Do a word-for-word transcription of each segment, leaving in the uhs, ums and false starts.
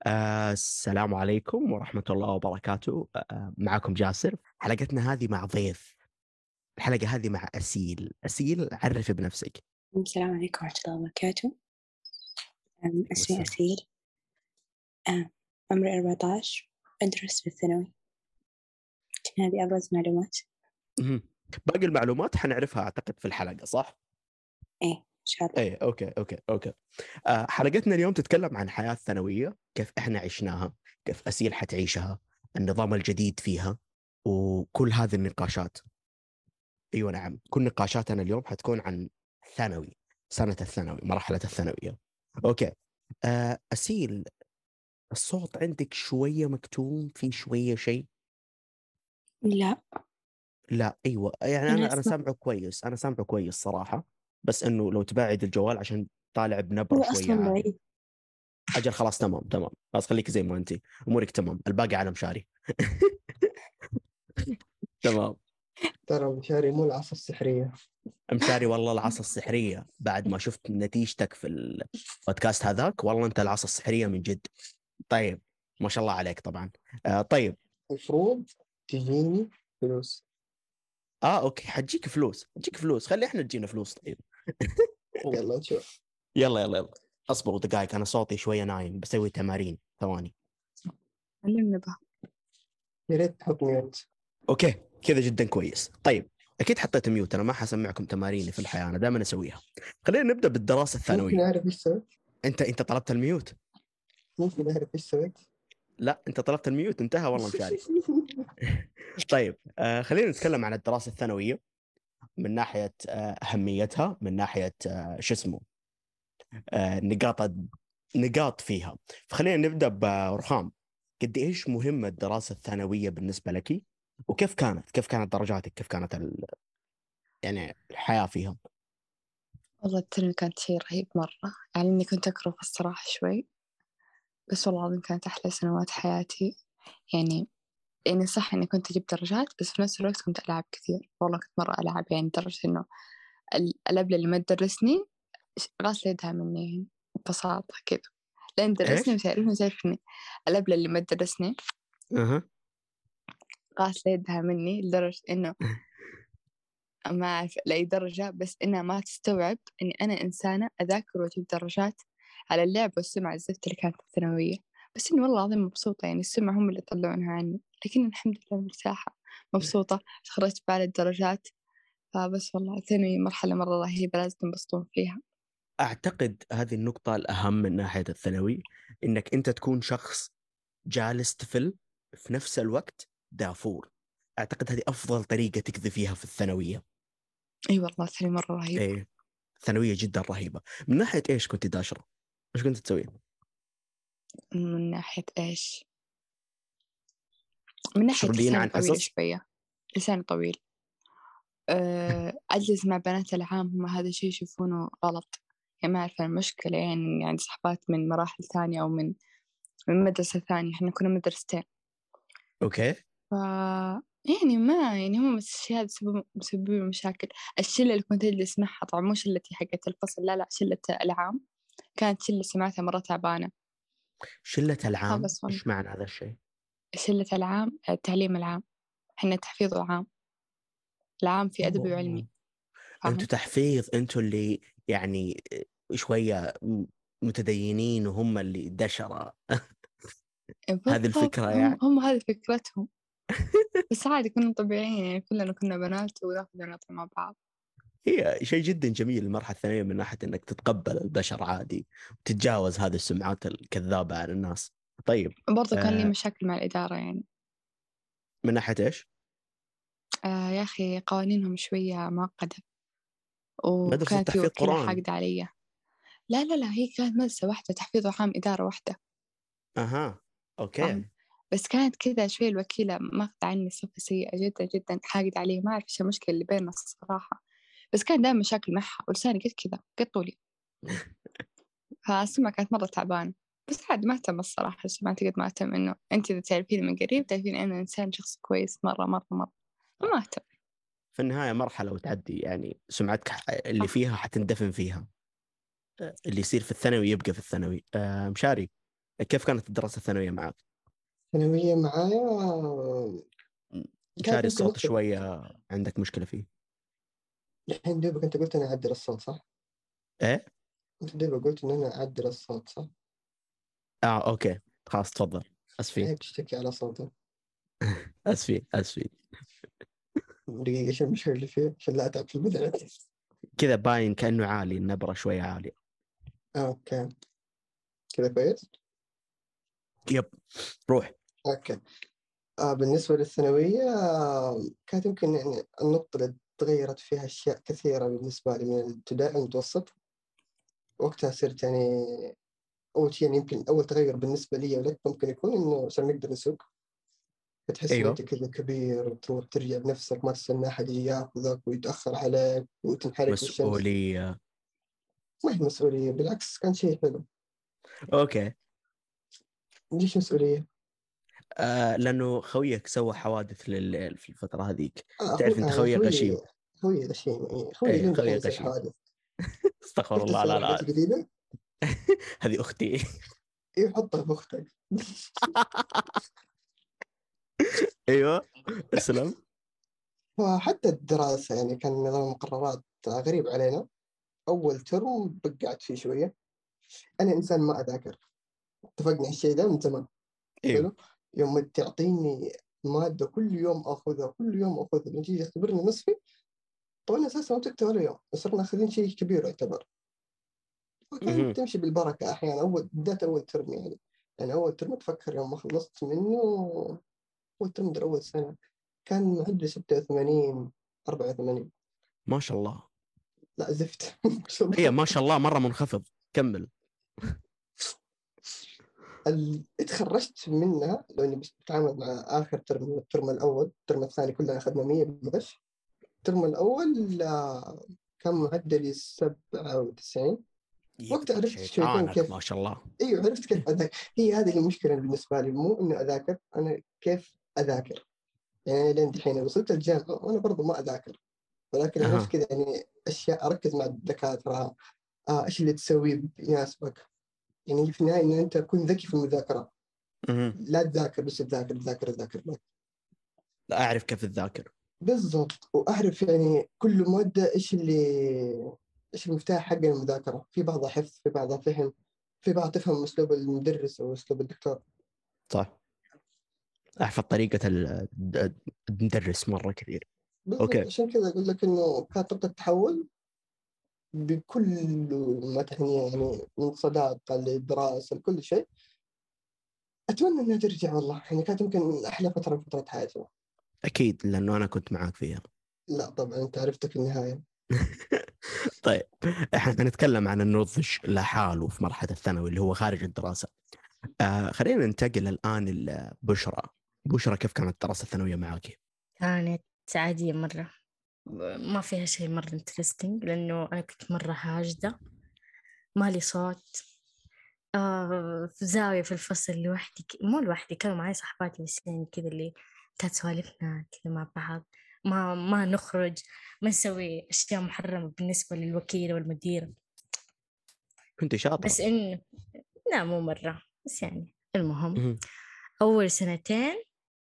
آه السلام عليكم ورحمة الله وبركاته. آه معكم جاسر. حلقتنا هذه مع ضيف. الحلقة هذه مع أسيل. أسيل، عرف بنفسك. السلام عليكم ورحمة الله وبركاته. أم، اسمي والسلام. أسيل. أم، عمري أربعة عشر، أدرس في الثانوي. هذه أبرز معلومات. مهم. باقي المعلومات حنعرفها أعتقد في الحلقة، صح؟ إيه إن شاء الله. إيه، أوكي أوكي أوكي. آه حلقتنا اليوم تتكلم عن حياة الثانوية، كيف إحنا عشناها، كيف أسيل حتعيشها، النظام الجديد فيها، وكل هذه النقاشات. أيوة نعم، كل نقاشاتنا اليوم حتكون عن ثانوي، سنة الثانوي، مرحلة الثانوية. أوكي. آه أسيل، الصوت عندك شوية مكتوم، في شوية شيء. لا، لا أيوة، يعني أنا أنا أنا أسمع. سامعه كويس، أنا سامعه كويس صراحة. بس إنه لو تباعد الجوال عشان طالع بنبرة هو شوية أصلا عالية. بعيد. أجل خلاص، تمام تمام، خلاص خليك زي ما أنت. أمورك تمام، الباقي على مشاري. تمام. ترى مشاري مو العصا السحرية. مشاري والله العصا السحرية، بعد ما شفت نتيجتك في البودكاست هذاك، والله أنت العصا السحرية من جد. طيب، ما شاء الله عليك طبعا. آه طيب. المفروض تجيني فلوس. اه اوكي، حتجيك فلوس، حتجيك فلوس، خلي احنا تجينا فلوس طيب. يلا نشوف. يلا يلا يلا. اصبروا دقائق، انا صوتي شويه نايم، بسوي تمارين ثواني. علمنا بها. يا ريت تحط ميوت. اوكي، كذا جدا كويس. طيب، اكيد حطيت ميوت، انا ما حسمعكم تماريني في الحياه، انا دائما اسويها. خلينا نبدا بالدراسه ممكن الثانويه. أعرف إيش سويت؟ انت انت طلبت الميوت. ممكن أعرف إيش سويت؟ لا، انت طلبت الميوت، انتهى والله مشاري. طيب، آه خلينا نتكلم عن الدراسه الثانويه، من ناحيه آه اهميتها، من ناحيه آه شو اسمه، آه نقاط نقاط فيها. فخلينا نبدا برخام. قد ايش مهمه الدراسه الثانويه بالنسبه لك؟ وكيف كانت كيف كانت درجاتك، كيف كانت ال... يعني الحياه فيها؟ والله الترم كانت شيء رهيب مرة، يعني إني كنت أكره الصراحة شوي. بس والله العظيم كانت أحلى سنوات حياتي. يعني يعني صح إني كنت أجيب درجات، بس في نفس الوقت كنت ألعب كثير. والله كنت مرة ألعب، يعني لدرجة إنه ال- الأبلة اللي ما تدرسني غاسلة يدها مني، يعني ببساطة كذا. لين درسني ايش؟ وتعرفني وتعرفني الأبلة اللي ما تدرسني اها. غاسلة يدها مني، لدرجة إنه ما أعرف لأي درجة، بس إنها ما تستوعب إني أنا إنسانة أذاكر وأجيب درجات على اللعب والسمعة الزفت اللي كانت في الثانوية. بس إني والله العظيم مبسوطة، يعني السمعة هم اللي يطلعونها عني، لكن الحمد لله مرتاحة مبسوطة، خرجت بعد الدرجات. فبس والله الثانوية مرحلة مرة رهيبة، لازم تنبسطون فيها. اعتقد هذه النقطه الاهم من ناحيه الثانوي، انك انت تكون شخص جالس طفل في نفس الوقت دافور. اعتقد هذه افضل طريقه تقضي فيها في الثانويه. أي والله الثانوية مرة رهيبة. ايه، ثانويه جدا رهيبه. من ناحيه ايش كنت داشره؟ ايش كنت تسوي؟ من ناحية إيش؟ من ناحية تشردين لساني عن طويلة حصص؟ شوية. لساني طويل. أه، أجلس مع بنات العام، هم هذا الشيء يشوفونه غلط. يعني ما أعرف المشكلة، يعني يعني صحبات من مراحل ثانية أو من من مدرسة ثانية، إحنا كنا مدرستين. اوكي. ف يعني ما يعني هم بس الشيء هذا سبب مسبب لي مشاكل. الشلة اللي كنت أجلس معها، طبعا مو شلتي حقت الفصل، لا لا، شلة العام. كانت شلة سمعتها مرة تعبانة. شله العام، فبس والله ايش معنى هذا الشيء؟ شلة العام التعليم العام، إحنا تحفيظ عام، العام في أدبي أوه. وعلمي. انتوا فاهم؟ تحفيظ، انتوا اللي يعني شويه م- متدينين، وهم اللي دشرة. هذه بالضبط، الفكره هم يعني. هم هذه فكرتهم. بس عادي كنا طبيعيين، يعني كلنا كنا بنات وناخذ ونعطي مع بعض. هي شيء جدا جميل المرحله الثانويه، من ناحيه انك تتقبل البشر عادي، وتتجاوز هذه السمعات الكذابه عن الناس. طيب. برضو كان لي آه مشاكل مع الإدارة يعني. من ناحيه ايش؟ آه يا أخي قوانينهم شوية معقدة، مدرسه وكانت في تحفيظ وكيلة قران. حاقدة علي. لا لا لا، هي كانت مدرسة واحدة، تحفيظ عام، إدارة واحدة. اها. فاهم؟ اوكي. بس كانت كذا شوي الوكيلة ماخذة عني صفة سيئة جدا جدا، حاقدة علي، ما أعرف إيش المشكلة اللي بيننا الصراحة. بس كان دائما مشاكل معها، ولساني قد كذا قد طولي. فالسمعة كانت مرة تعبانة. بس عاد ما اهتم الصراحة، سمعتي قد ما اهتم إنه أنت إذا تعرفيني من قريب تعرفين أنا إنسان شخص كويس مرة مرة مرة. فما اهتم. في النهايه مرحله وتعدي، يعني سمعتك ح- اللي صح. فيها حتندفن فيها. آه، اللي يصير في الثانوي يبقى في الثانوي. آه مشاري. كيف كانت الدراسة الثانوية معك؟ ثانوية معايا كانت شاري يمكن الصوت نفس شوية، عندك مشكلة فيه؟ الحين دوبك أنت قلت أنا أعدل الصوت صح؟ إيه؟ أنت دوبك قلت إن أنا أعدل الصوت صح؟ آه أوكي خلاص تفضل. أسفين هيك تشتكي على صوتي. أسفين أسفين. دقيقة شو المشكلة اللي فيه عشان لا أتعب في البداية. كذا باين كأنه عالي، النبرة شوية عالية. آه، أوكي كذا كويس؟ يب روح. أوكي. آه بالنسبة للثانوية آه كانت يمكن يعني النقطة اللي تغيرت فيها أشياء كثيرة بالنسبة لي من الابتدائي المتوسط. وقتها صرت يعني أول شيء يعني يمكن أول تغير بالنسبة لي ولك ممكن يكون إنه صار نقدر نسوق. بتحس إن أيوه أنت كذا كبير وتروح ترجع بنفسك، ما تستنى أحد يجي ياخذك ويتأخر عليك وتنحرق بالشمس. مسؤولية. ما هي مسؤولية، بالعكس كان شيء حلو. أوكي. ليش مسؤولية؟ آه لأنه خويك سوى حوادث لل... في الفترة هذيك. آه أخوي تعرف أنت آه خويك أخوي غشيم. أخوي غشيم يعني أخوي إيه لين دحين خويك يسوي غشيم. حوادث. استغفر شفت الله لا السيارة حقتي لا. الجديدة؟ هذه أختي. إيه حطها بأختك. أيوه اسلم. وحتى الدراسة يعني كان نظام المقررات غريب علينا. أول ترم بقعت فيه شوية. أنا إنسان ما أذاكر، اتفقنا على الشيء ده من زمان. أيوه. حلو. يوم تعطيني مادة كل يوم أخذها كل يوم أخذها لما تيجي تختبرني نصفي، طبعا أساسا ما تكتب ولا يوم، صرنا أخذين شيء كبير يعتبر. وكانت مهم. تمشي بالبركة أحيانا أول بداية أول ترم يعني. يعني أول ترم أتفكر يوم ما خلصت منه، أول ترم در أول سنة كان معدل ستة وثمانين أربعة وثمانين. ما شاء الله. لا زفت. ما شاء هي الله. ما شاء الله مرة منخفض. كمل. ال... اتخرجت منها لاني بس بتعامل مع اخر ترم، الترم الاول الترم الثاني كلنا اخذنا مية بالغش. الترم الاول آه، كان معدلي سبعة وتسعين. وقتها عرفت شويتين شيطانك كيف. ما شاء الله. ايوه عرفت كيف اذاكر. هي هذه المشكله بالنسبه لي، مو انه اذاكر، انا كيف اذاكر. يعني أنا لين دحين وصلت الجامعه وانا برضو ما اذاكر، ولكن عرفت أها. كذا يعني اشياء اركز مع الدكاتره. آه، ايش اللي تسويه يناسبك. يعني في النهايه ان انت تكون ذكي في المذاكره. مهم. لا تذاكر بس تذاكر تذاكر تذاكر. لا أعرف كيف تذاكر. بالضبط. وأعرف يعني كل مادة إيش اللي إيش المفتاح حق المذاكرة. في بعضها حفظ، في بعضها فهم، في بعض تفهم أسلوب المدرس أو أسلوب الدكتور. صح. أحفظ طريقة ال- الد- المدرس مرة كثير. بالضبط. أوكي. عشان كذا أقول لك إنه كانت نقطة تحول بكل ما تعنيه، يعني من صداقة للدراسة لكل شيء. أتمنى إنها ترجع والله، يعني كانت يمكن أحلى فترة من فترات حياتي. أكيد لأنه أنا كنت معاك فيها. لا طبعا أنت عرفتك في النهاية. طيب احنا نتكلم عن النضج لحاله في مرحلة الثانوي اللي هو خارج الدراسة. آه خلينا ننتقل الآن لبشرى. بشرى كيف كانت الدراسة الثانوية معك؟ كانت عادية مرة، ما فيها شيء مرة انترستينج لأنه أنا كنت مرة هاجدة، مالي صوت. آه في زاوية في الفصل لوحدي، ك- مو لوحدي، كانوا معي صحباتي بس يعني كذا اللي كانت سوالفنا كذا مع بعض. ما ما نخرج، ما نسوي أشياء محرمة بالنسبة للوكيل والمدير. كنت شاطرة. بس إن لا مو مرة، بس يعني المهم مهم. أول سنتين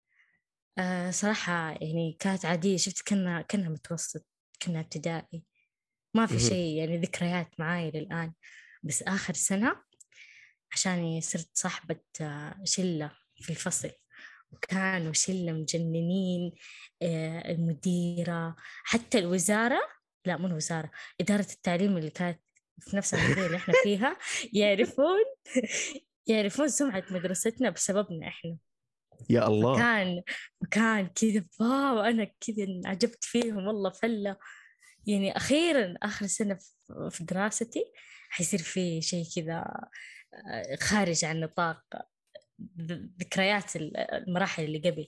آه صراحة يعني كانت عادية، شفت كنا كنا متوسط، كنا ابتدائي، ما في مهم. شيء يعني ذكريات معاي للآن. بس آخر سنة عشان صرت صاحبة آه، شلة في الفصل، وكانوا شلة مجننين. آه، المديرة، حتى الوزارة، لا مو الوزارة، إدارة التعليم اللي كانت في نفس المدينة اللي احنا فيها يعرفون يعرفون سمعة مدرستنا بسببنا احنا. يا الله. فكان كان كذا واو، أنا كذا عجبت فيهم والله فلة. يعني أخيرا آخر سنة في في دراستي حيصير في شيء كذا آه، خارج عن نطاق ذ- ذكريات ال- المراحل اللي قبل.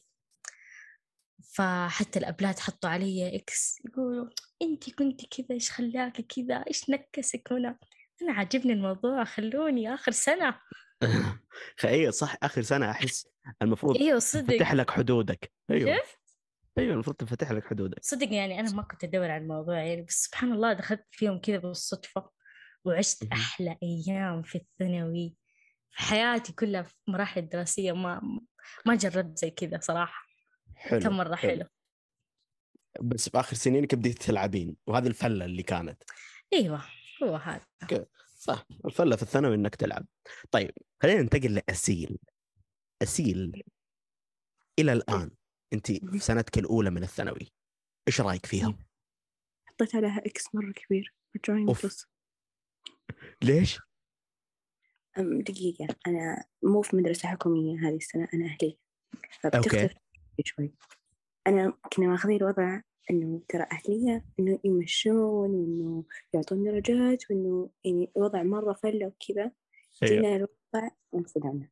فحتى الأبلات حطوا علي إكس، يقولوا أنتي كنتي كذا، إيش خلاكي كذا، إيش نكسك هنا. أنا عاجبني الموضوع، خلوني آخر سنة. ايوه صح، اخر سنه احس المفروض ايوه صدق. تفتح لك حدودك. ايوه. شفت، ايوه المفروض تفتح لك حدودك. صدق يعني أنا ما كنت أدور على الموضوع يعني، بس سبحان الله دخلت فيهم كذا بالصدفة، وعشت مهم. أحلى أيام في الثانوي في حياتي كلها في مراحل الدراسية ما ما جربت زي كذا صراحة. حلو كم مرة حلو. حلو. بس في آخر سنينك بديت تلعبين، وهذه الفلة اللي كانت. أيوة هو هذا. ك- صح، الفلة في الثانوي إنك تلعب. طيب خلينا ننتقل لأسيل. أسيل إلى الآن أنت في سنتك الأولى من الثانوي، إيش رأيك فيها؟ حطيت عليها إكس مرة كبير رجعوني أوف. متوسط. ليش؟ أم دقيقة، أنا مو في مدرسة حكومية هذه السنة، أنا أهلية، فبتختلف شوي. أنا كنا ماخذين الوضع إنه ترى أهلية إنه يمشون وإنه يعطون درجات وإنه يعني الوضع مرة فلة وكذا. جينا أيوه. الوضع انصدمنا.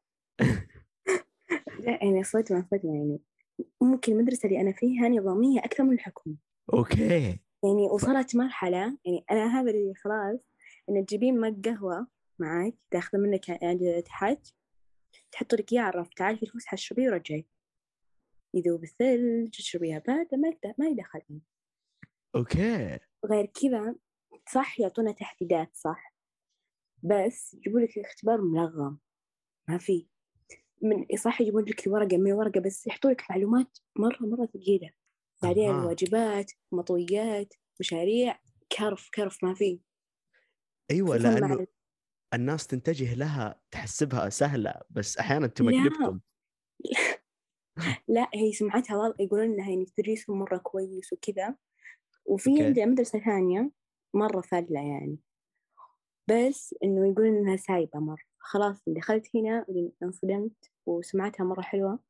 لا يعني صدمة صدمة يعني. ممكن المدرسة اللي أنا فيها نظامية أكثر من الحكومة. أوكي. يعني وصلت مرحلة يعني أنا هذا اللي خلاص إن تجيبين مج قهوة معك تاخذ منك يعني تحت تحط لك إياه على الرف، تعال في الفسحة اشربي ورجعي، يذوب الثلج تشربيها باردة ما يدخل ما يدخل. أوكي. غير كذا صح يعطونا تحديدات صح، بس يجيبوا لك اختبار ملغم ما في من صح، يجيبون لك ورقة من ورقة بس يحطوا لك معلومات مرة مرة ثقيلة، بعدين أها. الواجبات مطويات مشاريع كرف كرف ما في. أيوة، خصوصاً مع لأنه الناس تنتجه لها تحسبها سهلة، بس أحيانا لا تمقلبكم. لا هي سمعتها واضح، يقولون إنها يعني تدريسهم مرة كويس وكذا. وفي أوكي. عندي مدرسة ثانية مرة فلة يعني، بس إنه يقولون إنها سايبة مرة. خلاص دخلت هنا انصدمت وسمعتها مرة حلوة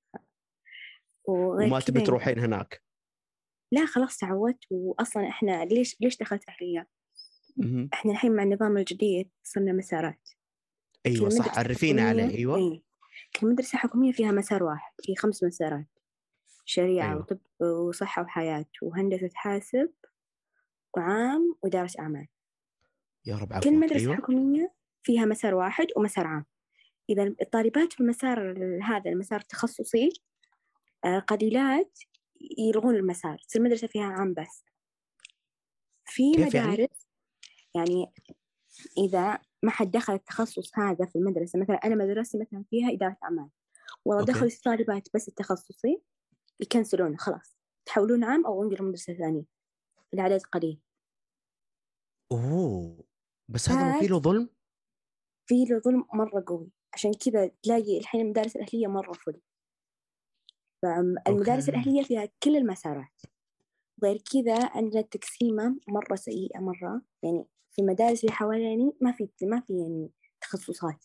وغير وما كذا تبي يعني. تروحين هناك؟ لا خلاص تعودت. وأصلا إحنا ليش ليش دخلت أهلية؟ مهم. إحنا الحين مع النظام الجديد صرنا مسارات. أيوة كل صح، مدرسة عرفينا عليه. حكومية أيوة. إيه، كل مدرسة حكومية فيها مسار واحد، في خمس مسارات: شريعة أيوة. وطب وصحة وحياة وهندسة حاسب وعام وإدارة أعمال. يا رب كل عفوك. مدرسة أيوة. حكومية فيها مسار واحد ومسار عام. إذا الطالبات في المسار هذا المسار التخصصي آه، قليلات يلغون المسار، تصير المدرسة فيها عام بس. في كيف يعني؟ مدارس يعني إذا ما حد دخل التخصص هذا في المدرسة، مثلا أنا مدرستي مثلا فيها إدارة أعمال، والله أوكي. دخلوا طالبات بس التخصصي يكنسلونه خلاص، تحولون عام أو انقلوا مدرسة ثانية، العدد قليل. أوه، بس هذا ما هاد فيه له ظلم؟ في له ظلم مرة قوي، عشان كذا تلاقي الحين المدارس الأهلية مرة فل. فالمدارس أوكي. الأهلية فيها كل المسارات. غير كذا عندنا التقسيمة مرة سيئة مرة، يعني في المدارس اللي حواليني ما في ما في يعني تخصصات،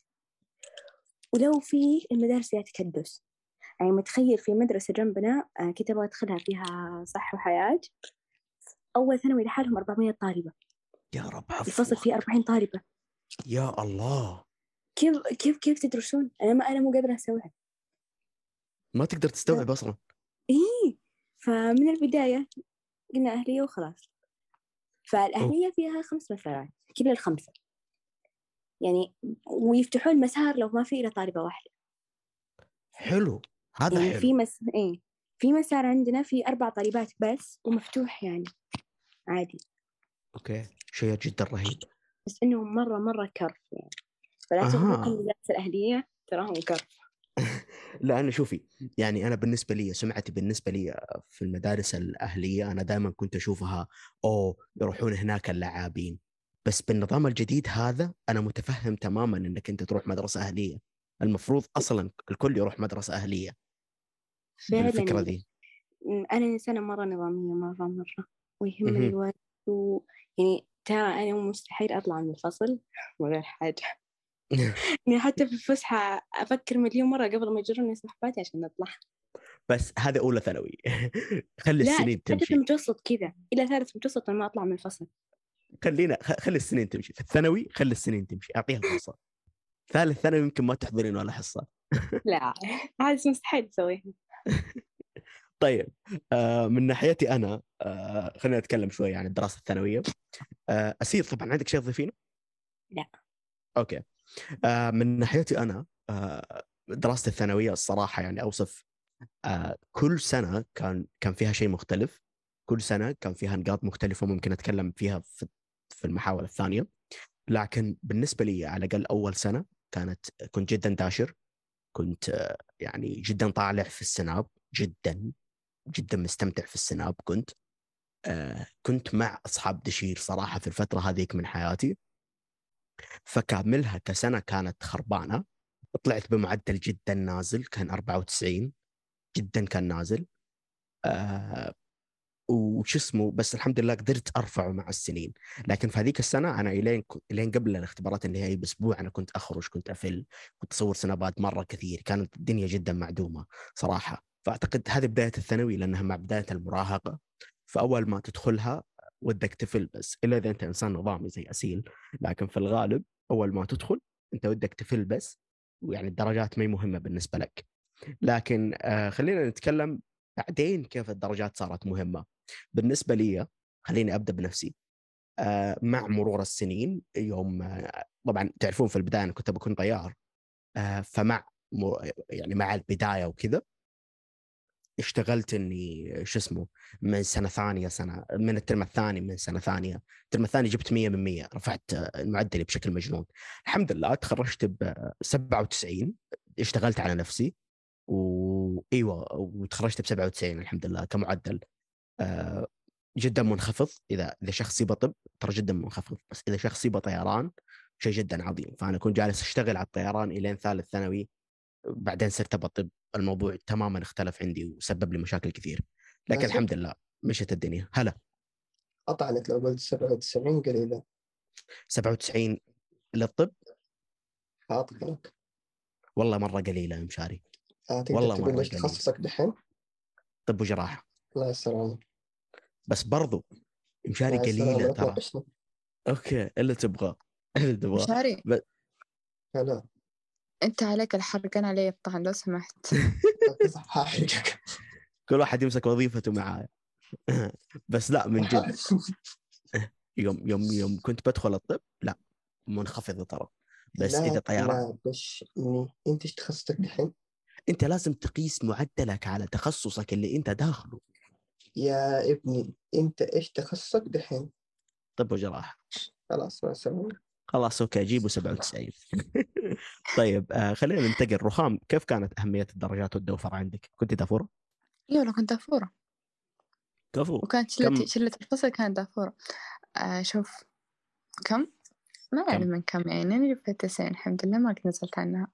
ولو في المدارس فيها تكدس. يعني متخيل في مدرسة جنبنا آه كنت أبغى أدخلها فيها صحة وحياة، أول ثانوي لحالهم أربعمية طالبة، يا رب الفصل عفوك. فيه أربعين طالبة. يا الله. كيف كيف كيف تدرسون؟ أنا ما أنا مو قادرة أستوعب. ما تقدر تستوعب أصلا. إيه، فمن البداية قلنا أهلية وخلاص. أوه. فالأهلية فيها خمس مسارات كل الخمسة يعني، ويفتحون مسار لو ما في إلا طالبة واحدة. حلو، هذا يعني حلو. في مس إيه في مسار عندنا في أربع طالبات بس ومفتوح يعني عادي. أوكي، شيء جدا رهيب. بس إنهم مرة مرة كرف يعني، فلا تغرقوا أها. المدارس الأهلية تراهم كرف. لأن شوفي، يعني أنا بالنسبة لي سمعتي بالنسبة لي في المدارس الأهلية أنا دائما كنت أشوفها أو يروحون هناك اللاعبين، بس بالنظام الجديد هذا أنا متفهم تماما أنك أنت تروح مدرسة أهلية. المفروض أصلا الكل يروح مدرسة أهلية فعلا بالفكرة يعني. ذي. أنا إنسانة مرة نظامية مرة مرة ويهمني مهم. الوقت و... يعني ترى أنا مستحيل أطلع من الفصل من غير حاجة. يعني حتى في الفسحة أفكر مليون مرة قبل ما يجروني صحباتي عشان نطلع. بس هذا أولى ثانوي. خلي لا السنين حتى في تمشي. المتوسط كذا إلى ثالث متوسط أنا ما أطلع من الفصل. خلينا خ- خلي السنين تمشي في الثانوي، خلي السنين تمشي، أعطيها فرصة. ثالث ثانوي يمكن ما تحضرين ولا حصة. لا هذا مستحيل تسويه. طيب، آه من ناحيتي أنا، آه خلينا نتكلم شوي عن الدراسة الثانوية. آه أسير، طبعا عندك شيء تضيفينه؟ لا. أوكي. آه من ناحيتي أنا، آه دراستي الثانوية الصراحة يعني أوصف، آه كل سنة كان كان فيها شيء مختلف. كل سنة كان فيها نقاط مختلفة ممكن أتكلم فيها في في المحاور الثانية. لكن بالنسبة لي على الأقل أول سنة كانت كنت جدا داشر، كنت آه، يعني جدا طالع في السناب، جدا جدا مستمتع في السناب. كنت آه كنت مع أصحاب دشير صراحة في الفترة هذيك من حياتي. فكاملها كسنة كانت خربانة. طلعت بمعدل جدا نازل، كان أربعة وتسعين، جدا كان نازل. آه وش اسمه، بس الحمد لله قدرت أرفعه مع السنين. لكن في هذيك السنة أنا إلين إلين قبل الاختبارات النهائية بأسبوع أنا كنت أخرج، كنت أفل، كنت أصور سنابات مرة كثير، كانت الدنيا جدا معدومة صراحة. فأعتقد هذه بداية الثانوي لأنها مع بداية المراهقة. فأول ما تدخلها ودك تفل، بس إلا إذا أنت إنسان نظامي زي أسيل. لكن في الغالب أول ما تدخل أنت ودك تفل بس، ويعني الدرجات ما هي مهمة بالنسبة لك. لكن آه خلينا نتكلم بعدين كيف الدرجات صارت مهمة بالنسبة لي. خليني أبدأ بنفسي. آه مع مرور السنين، يوم آه طبعا تعرفون في البداية أنا كنت بكون طيار. آه فمع يعني مع البداية وكذا اشتغلت اني شو اسمه من سنه ثانيه سنه من الترم الثاني من سنه ثانيه الترم الثاني جبت مية من مية، رفعت معدلي بشكل مجنون. الحمد لله تخرجت ب سبعة وتسعين. اشتغلت على نفسي وايوه وتخرجت ب سبعة وتسعين الحمد لله كمعدل. آه جدا منخفض. اذا اذا شخص يبغى طب ترى جدا منخفض، بس اذا شخص يبغى طيران شيء جدا عظيم. فانا كنت جالس اشتغل على الطيران الين ثالث ثانوي، بعدين صرت بطب. الموضوع تماما اختلف عندي وسبب لي مشاكل كثير، لكن آسف الحمد لله مشت الدنيا. هلا أطعنك لو قلت سبعة وتسعين قليلة. سبعة وتسعين للطب أطعنك. والله مرة قليلة يا مشاري، آه تقدر والله تقول مرة ليش قليل. تخصصك دحين؟ طب وجراحة، الله يسلمك. بس برضو مشاري الله يسلمك، قليلة لا ترى. تناقشني. اوكي اللي تبغى اللي تبغى مشاري ب... هلا. أنت عليك الحرق، أنا علي الطعن لو سمحت. صح هحرقك. كل واحد يمسك وظيفته معايا. بس لا من جد، يوم يوم يوم كنت بدخل الطب لا منخفضة ترى. بس لا إذا طيران تناقشني، أنت إيش تخصصك دحين؟ أنت لازم تقيس معدلك على تخصصك اللي أنت داخله. يا ابني أنت إيش تخصصك دحين؟ طب وجراحة. خلاص ما سوي. خلاص اوكي جيبوا سبعة وتسعين. طيب آه خلينا ننتقل. رخام، كيف كانت أهمية الدرجات والدوفر عندك؟ كنت دافورة؟ أيوة أنا كنت دافورة، كفو. وكانت شلتي كم شلة الفصل كانت دافورة. آه شوف كم، ما أعرف كم من كم يعني، أنا جبت تسعين الحمد لله، ما كنت نزلت عنها.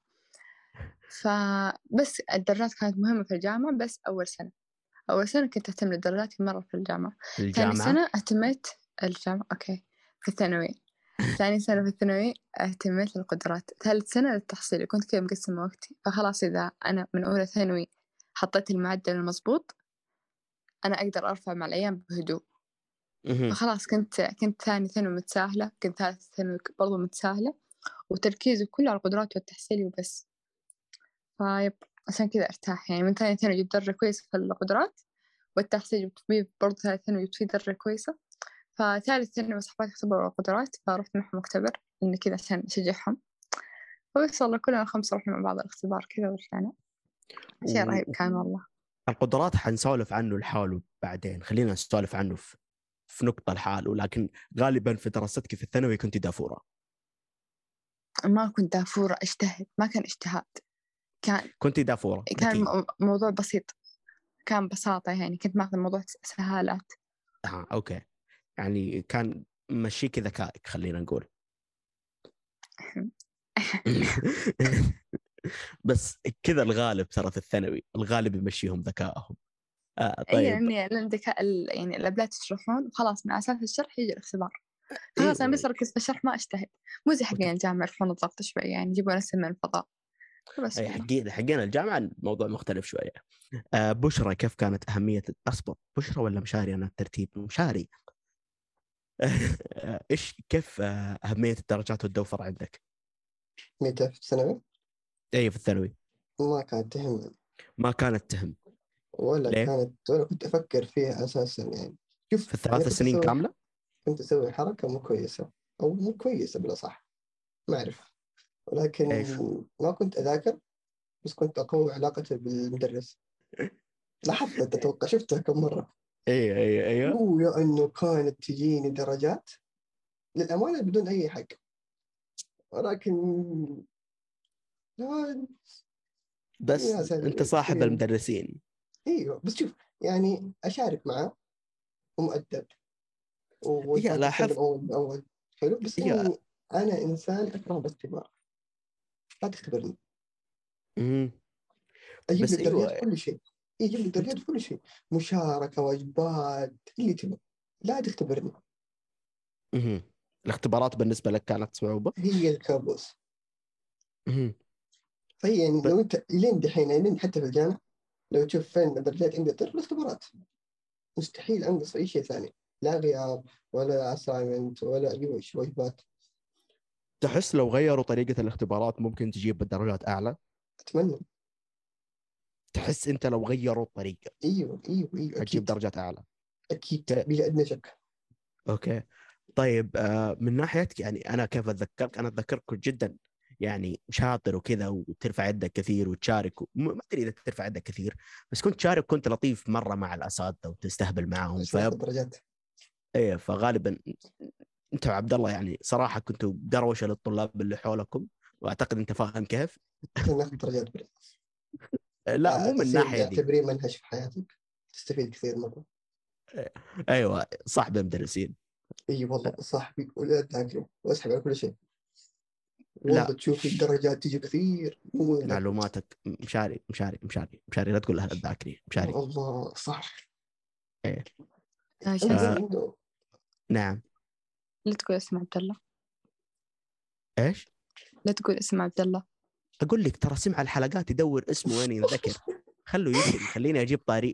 فبس الدرجات كانت مهمة في الجامعة، بس أول سنة أول سنة كنت أهتم لدرجاتي مرة في الجامعة. في ثاني الجامعة؟ سنة اهتميت الجامعة أوكي في الثانوي. ثاني سنة في الثانوي اهتميت للقدرات. ثالث سنة للتحصيل. كنت كذا مقسمة وقتي، فخلاص إذا أنا من أولى ثانوي حطيت المعدل المضبوط أنا أقدر أرفع مع الأيام بهدوء. مهم. فخلاص كنت كنت ثاني ثانوي متساهلة، كنت ثالث ثانوي برضو متساهلة، وتركيزي كله على القدرات والتحصيل وبس. فيب عشان كذا أرتاح يعني. من ثاني ثانوي جبت درجة كويسة في القدرات، والتحصيل جبت فيه برضو ثالث ثانوي جبت فيه درجة كويسة. فثالث ثانوي صحباتي اختبروا القدرات، فرحت معهم مختبر إن كذا عشان أشجعهم. فبس والله كلنا الخمسة رحنا مع بعض الاختبار كذا ورجعنا. شيء رهيب كان والله. والقدرات حنسولف عنه لحاله بعدين، خلينا نسولف عنه في في نقطة لحاله. لكن غالبا في دراستك في الثانوي كنت دافورة. ما كنت دافورة أجتهد، ما كان اجتهاد، كان كنت دافورة كان دقيقة. م- موضوع بسيط، كان بساطة يعني. كنت ماخذ الموضوع سهالات. آه أوكي، يعني كان مشيك ذكائك خلينا نقول. بس كذا الغالب ترى في الثانوي الغالب يمشيهم ذكائهم. آه أي طيب. لأني عندك ال... يعني الأبلات يشرحون خلاص، من أساس الشرح يجي الاختبار. خلاص أنا إيه بس أركز في الشرح ما أجتهد. مو زي حقين الجامعة يرفعون الضغط شوي يعني، يجيبون أسئلة من الفضاء. بس أي والله حقين حقين الجامعة الموضوع مختلف شوية. آه بشرى، كيف كانت أهمية أصبر بشرى ولا مشاري؟ أنا الترتيب مشاري. آه، إيش كيف آه أهمية الدرجات والدوفر عندك؟ متى في الثانوي؟ أي في الثانوي؟ ما كانت تهم، ما كانت تهم. ولا ليه؟ كانت ولا كنت أفكر فيها أساسا يعني. شوف في أنا الثلاث كنت سنين أسوي كاملة؟ كنت أسوي حركة مو كويسة، أو مو كويسة بلا صح، ما أعرف. ولكن إيش؟ ما كنت أذاكر، بس كنت أقوي علاقتي بالمدرس. لاحظت أنت، أتوقع شفتها كم مرة. أي أي أي. هو يا إنه كانت تجيني درجات للأمانة بدون أي حق، ولكن لا بس يا ساتر. انت صاحب إيه. المدرسين. ايوه بس شوف يعني اشارك معاه ومؤدب يا واتسلم لاحظت اول باول حلو، بس يا اني انا انسان اكره الاختبار، لا تختبرني. مم. اجيب بس لك درجات ايوه في كل شيء، يجيب لك انت درجات في كل شيء، مشاركه، واجبات، اللي تبغى، لا تختبرني. مم. الاختبارات بالنسبه لك كانت صعوبه. هي الكابوس. مم. فهي يعني ب... لو انت لين دحين لين حتى في الجامعه لو تشوف فين درجات عندي طير الاختبارات، مستحيل انقص في اي شيء ثاني، لا غياب ولا اسايمنت ولا اي واجبات. تحس لو غيروا طريقه الاختبارات ممكن تجيب درجات اعلى؟ اتمنى. تحس انت لو غيروا الطريقه ايوه ايوه ايوه هتجيب اكيد درجات اعلى؟ اكيد ك... بلا ادنى شك. اوكي. طيب آه من ناحيتك يعني انا كيف اتذكرك؟ انا اتذكرك جدا يعني شاطر وكذا وترفع يدك كثير وتشارك و... م- ما ادري اذا ترفع يدك كثير، بس كنت شارك، كنت لطيف مره مع الاساتذه وتستهبل معاهم. عشان ف اخذ درجات. ايه فغالبا انت وعبد الله يعني صراحه كنتوا دروشه للطلاب اللي حولكم، واعتقد انت فاهم كيف. عشان ناخذ درجات بلا. لا مو آه، من تصير الناحيه دي. اعتبريه منهج في حياتك، تستفيد كثير مرة. ايوه صاحب المدرسين. اي والله صاحبي ولا تاكله واسحب على كل شيء، والله لا تشوف الدرجات تجي كثير مو ذاك. معلوماتك مشاري مشاري مشاري مشاري، لا تقول لها الذاكري يا مشاري. الله صح. ايه. آه، شو عنده آه اسمه؟ عنده نعم. لا تقول اسم عبد الله، ايش؟ لا تقول اسم عبد الله. اقول لك ترى سمع الحلقات يدور اسمه وين ينذكر، خلوا يسم، خليني اجيب طاري.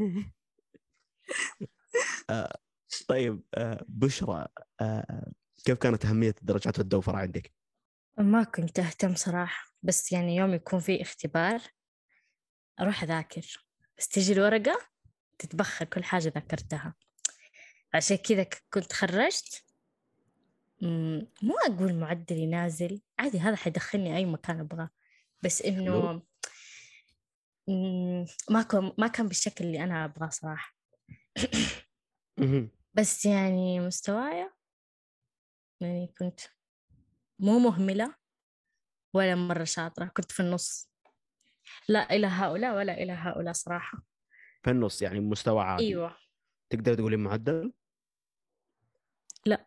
آه طيب آه بشرى، آه كيف كانت اهميه الدرجات والدوفره عندك؟ ما كنت أهتم صراحة، بس يعني يوم يكون في اختبار أروح أذاكر، بس تجي الورقة تتبخر كل حاجة ذاكرتها. عشان كذا ك- كنت خرجت. مم، مو أقول معدلي نازل، عادي هذا حيدخلني أي مكان أبغاه، بس حلو. إنه مم، ما كان ما كان بالشكل اللي أنا أبغاه صراحة. مهم. بس يعني مستواي يعني كنت مو مهملة ولا مرة شاطرة، كنت في النص، لا إلى هؤلاء ولا إلى هؤلاء صراحة. في النص يعني مستوى عادي، أيوة. تقدر تقولي معدل. لا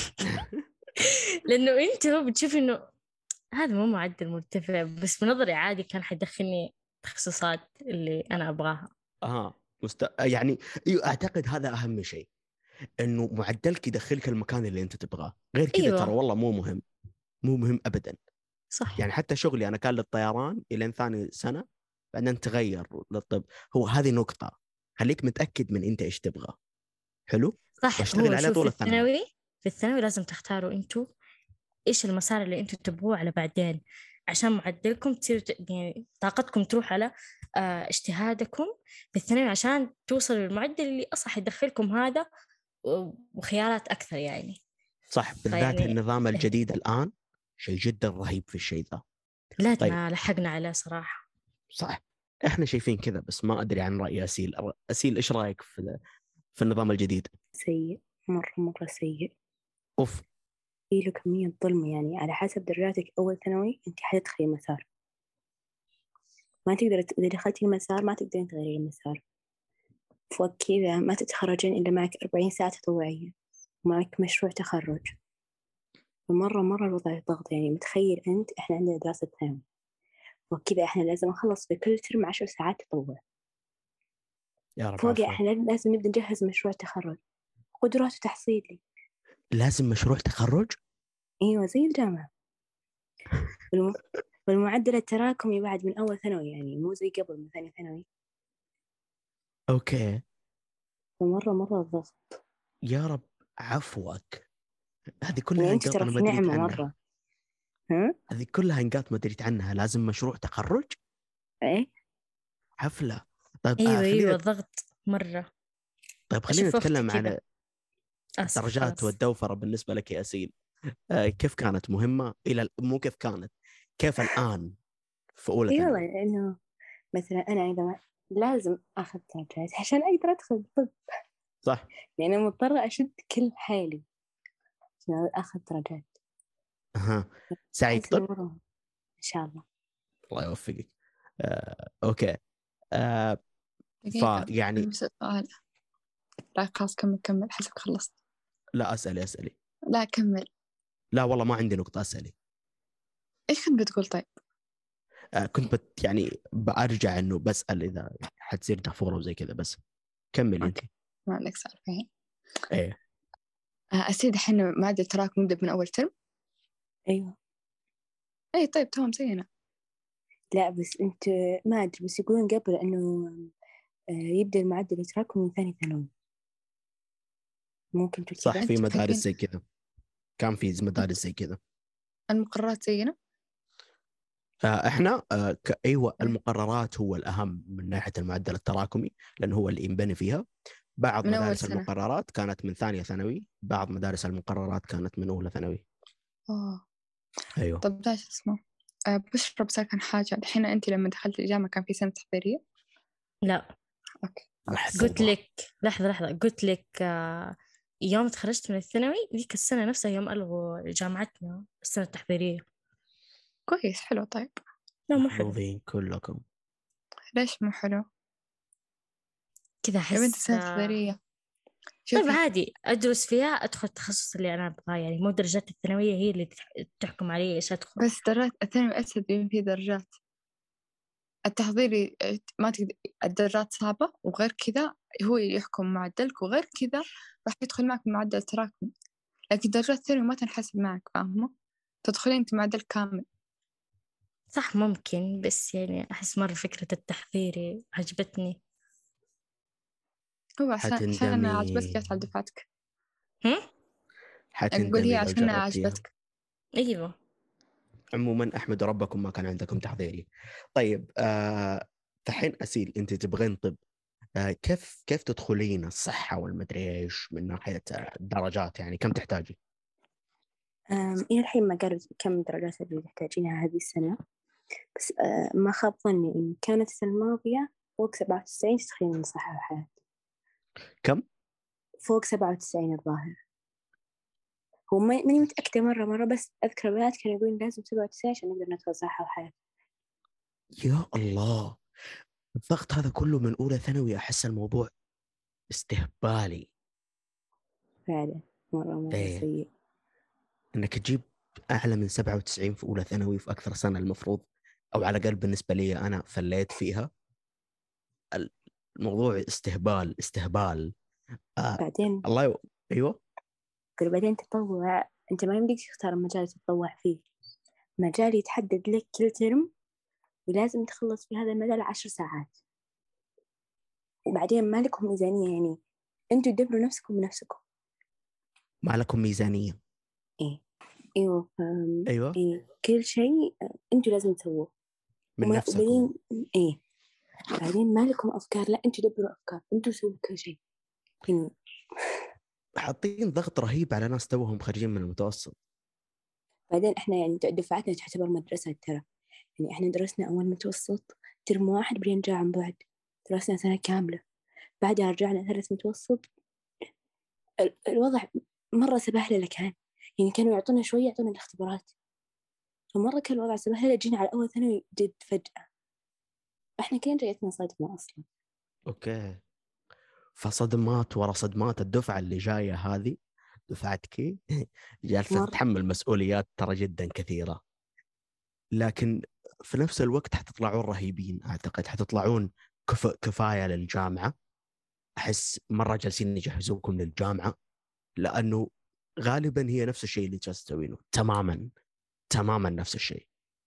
لأنه أنتوا بتشوف إنه هذا مو معدل مرتفع، بس بنظري عادي كان حيدخلني تخصصات اللي أنا أبغاها. اها مست... يعني ايوه اعتقد هذا اهم شيء، انه معدلك يدخلك المكان اللي انت تبغاه، غير كذا ترى أيوة والله مو مهم، مو مهم ابدا. صح. يعني حتى شغلي انا كان للطيران الى ثاني سنه، بعدين تغير للطب. هو هذه نقطه، خليك متاكد من انت ايش تبغى. حلو. صح، واشتغل هو عليه شوف في طول الثانوي. الثانوي، في الثانوي لازم تختاروا أنتوا إيش المسار اللي أنتوا تبغوه على بعدين، عشان معدلكم تصير ت- يعني طاقتكم تروح على آه، اجتهادكم في الثانوي، عشان توصلوا للمعدل اللي أصلا حيدخلكم هذا و- وخيارات أكثر يعني. صح، بالذات فيعني النظام إيه، الجديد الان شيء جدا رهيب في الشيء ذا. طيب بلادنا لحقنا عليه صراحة. صح، احنا شايفين كذا، بس ما ادري عن راي اسيل. اسيل ايش رايك في في النظام الجديد؟ سيء، مرة مرة سيء. اوف. في له كمية ظلم، يعني على حسب درجاتك أول ثانوي أنت حتدخلي مسار، ما تقدر إذا دخلتي المسار ما تقدرين تغيري المسار. فوق كذا ما تتخرجين إلا معك أربعين ساعة تطوعية ومعك مشروع تخرج، ومرة مرة الوضع ضغط. يعني متخيل أنت إحنا عندنا دراسة ثانوي وكذا إحنا لازم نخلص في كل ترم عشر ساعات تطوع، يا رب فوق عفوا. إحنا لازم نبدأ نجهز مشروع تخرج قدرات وتحصيلي. لازم مشروع تخرج؟ أيوة زي الجامعة. والم... والمعدل التراكمي بعد من أول ثانوي، يعني مو زي قبل من ثانية ثانوي. اوكي. فمرة مرة ضغط. يا رب عفوك. هذه يعني كلها أنت نقاط ترى انا ما في دريت نعمة عنها. مرة. ها؟ هذه كلها نقاط ما دريت عنها، لازم مشروع تخرج، إيه؟ حفلة. طيب آه أيوة خلينا أيوة ضغط مرة. طيب خلينا أشوف أختي نتكلم كذا. عن آسف الدرجات خلاص. والدوفرة بالنسبة لك يا أسيل. آه كيف كانت مهمة إلى مو كيف كانت، كيف الآن في أولى إي والله، ثانوي؟ لأنه مثلا أنا عندما لازم أخذ درجات عشان أقدر أدخل طب، صح. يعني مضطرة أشد كل حيلي عشان أخذ درجات. أها. سعيد أحس إنه طب؟ مرة إن شاء الله. الله يوفقك. آه، أوكي. آه، دقيقة فيعني بس سؤال. لا خلاص كمل كمل حسب خلصت. لا أسألي أسألي. لا كمل. لا والله ما عندي نقطة، أسألي. إيش كنت بتقول طيب؟ آه، كنت بت يعني برجع إنه بسأل إذا حتصير تفورة وزي كذا، بس كملي أنت. أوكي ما عندك سؤال فيه. إيه آه، أسيد الحين معدل تراكم يبدأ من أول ترم. أيوة. أي طيب تمام زينا. لا بس أنت ما أدري، بس يقولون قبل إنه آه، يبدأ المعدل يتراكم من ثاني ثانوي. ممكن تقول صح، كذا. في أنتوا مدارس حقين زي كذا، كان في مدارس زي كذا. المقررات زينا. آه، احنا آه، ك- ايوه إيه. المقررات هو الاهم من ناحيه المعدل التراكمي، لانه هو اللي ينبني فيها. بعض من أول مدارس سنة. المقررات كانت من ثانيه ثانوي، بعض مدارس المقررات كانت من اولى ثانوي. أوه. ايوه. طب ده شو اسمه؟ أه بشرب ساكن حاجة الحين. أنت لما دخلت الجامعة كان في سنة تحضيرية؟ لا أوكي. قلت محظوظه. لك لحظة لحظة قلت لك آه، يوم تخرجت من الثانوي ذيك السنة نفسها يوم ألغوا جامعتنا السنة التحضيرية. كويس حلو. طيب لا مو حلو محظوظين كلكم. ليش مو حلو كذا يا بنت؟ أحس سنة آه، تحضيرية. طيب شوفي عادي أدرس فيها أدخل التخصص اللي أنا أبغاه، يعني مو درجات الثانوية هي اللي تح- تحكم علي إيش أدخل. بس درجات الثانوي أسهل بما فيه درجات. التحضيري آه، ما تقدر. الدرجات صعبة وغير كذا هو اللي يحكم معدلك، وغير كذا راح يدخل معك معدل تراكمي. لكن درجات الثانوي ما تنحسب معك، فاهمة؟ تدخلين أنت معدل كامل. صح ممكن، بس يعني أحس مرة فكرة التحضيري عجبتني. هو عشان عشان عجبتك حتندمي. جات على دفعتك. هم؟ أقول هي حتندمي لو عشان جربتيها. عجبتك. أيوة. عموما احمدوا ربكم ما كان عندكم تحضيري. طيب آه، دحين اسيل انت تبغين طب، آه كيف كيف تدخلين الصحه والمدري ايش من ناحيه آه، الدرجات، يعني كم تحتاجي؟ أم، إلى الحين ما قالوا كم الدرجات اللي تحتاجينها هذه السنة، بس أه ما خاب ظني إن كانت السنة الماضية فوق سبعة وتسعين تدخلين صحة وحياة. كم؟ فوق سبعة وتسعين الظاهر. هو ما- ماني متأكدة مرة مرة، بس أذكر البنات كانوا يقولون لازم سبعة وتسعين عشان نقدر ندخل صحة وحياة. يا الله، الضغط هذا كله من اولى ثانوي، احس الموضوع استهبالي. فعلا مرة مرة ايه، سيء. انك تجيب اعلى من سبعة وتسعين في اولى ثانوي في اكثر سنه المفروض، او على الاقل بالنسبه لي انا فليت فيها. الموضوع استهبال استهبال. آه. بعدين الله يو... ايوه. قل بعدين تطوع، أنت ما يمديك تختار المجال اللي تتطوع فيه، مجال يتحدد لك كل ترم ولازم تخلص في هذا المجال عشر ساعات، وبعدين ما لكم ميزانية، يعني أنتوا تدبروا نفسكم بنفسكم. ما لكم ميزانيه. إيه ايوه فاهم. ايوه. ايه كل شيء انتوا لازم تسووه. من وما- نفسكم. وبعدين ايه بعدين ما لكم افكار، لا انتوا دبروا افكار، انتوا سووا كل شيء يعني. حاطين ضغط رهيب على ناس توهم خارجين من المتوسط. بعدين احنا يعني دفعتنا تعتبر مدرسة ترى، يعني احنا درسنا اول متوسط ترم واحد بعدين رجع عن بعد، درسنا سنة كاملة، بعدها رجعنا ثالث متوسط. ال- الوضع مرة سبهللة كان، يعني كانوا يعطونا شوية يعطونا الاختبارات، فمرة كان الوضع سبهللة. جينا على أول ثانوي جد فجأة، احنا كان جايتنا صدمة أصلا. اوكي. فصدمات ورا صدمات، الدفعه اللي جايه هذه دفعتك جالسه مرة تتحمل مسؤوليات ترى جدا كثيره، لكن في نفس الوقت حتطلعون رهيبين. اعتقد حتطلعون كف... كفايه للجامعه. احس مره جالسين يجهزوكم للجامعه، لانه غالبا هي نفس الشيء اللي جالس تسوينه تماما، تماما نفس الشيء.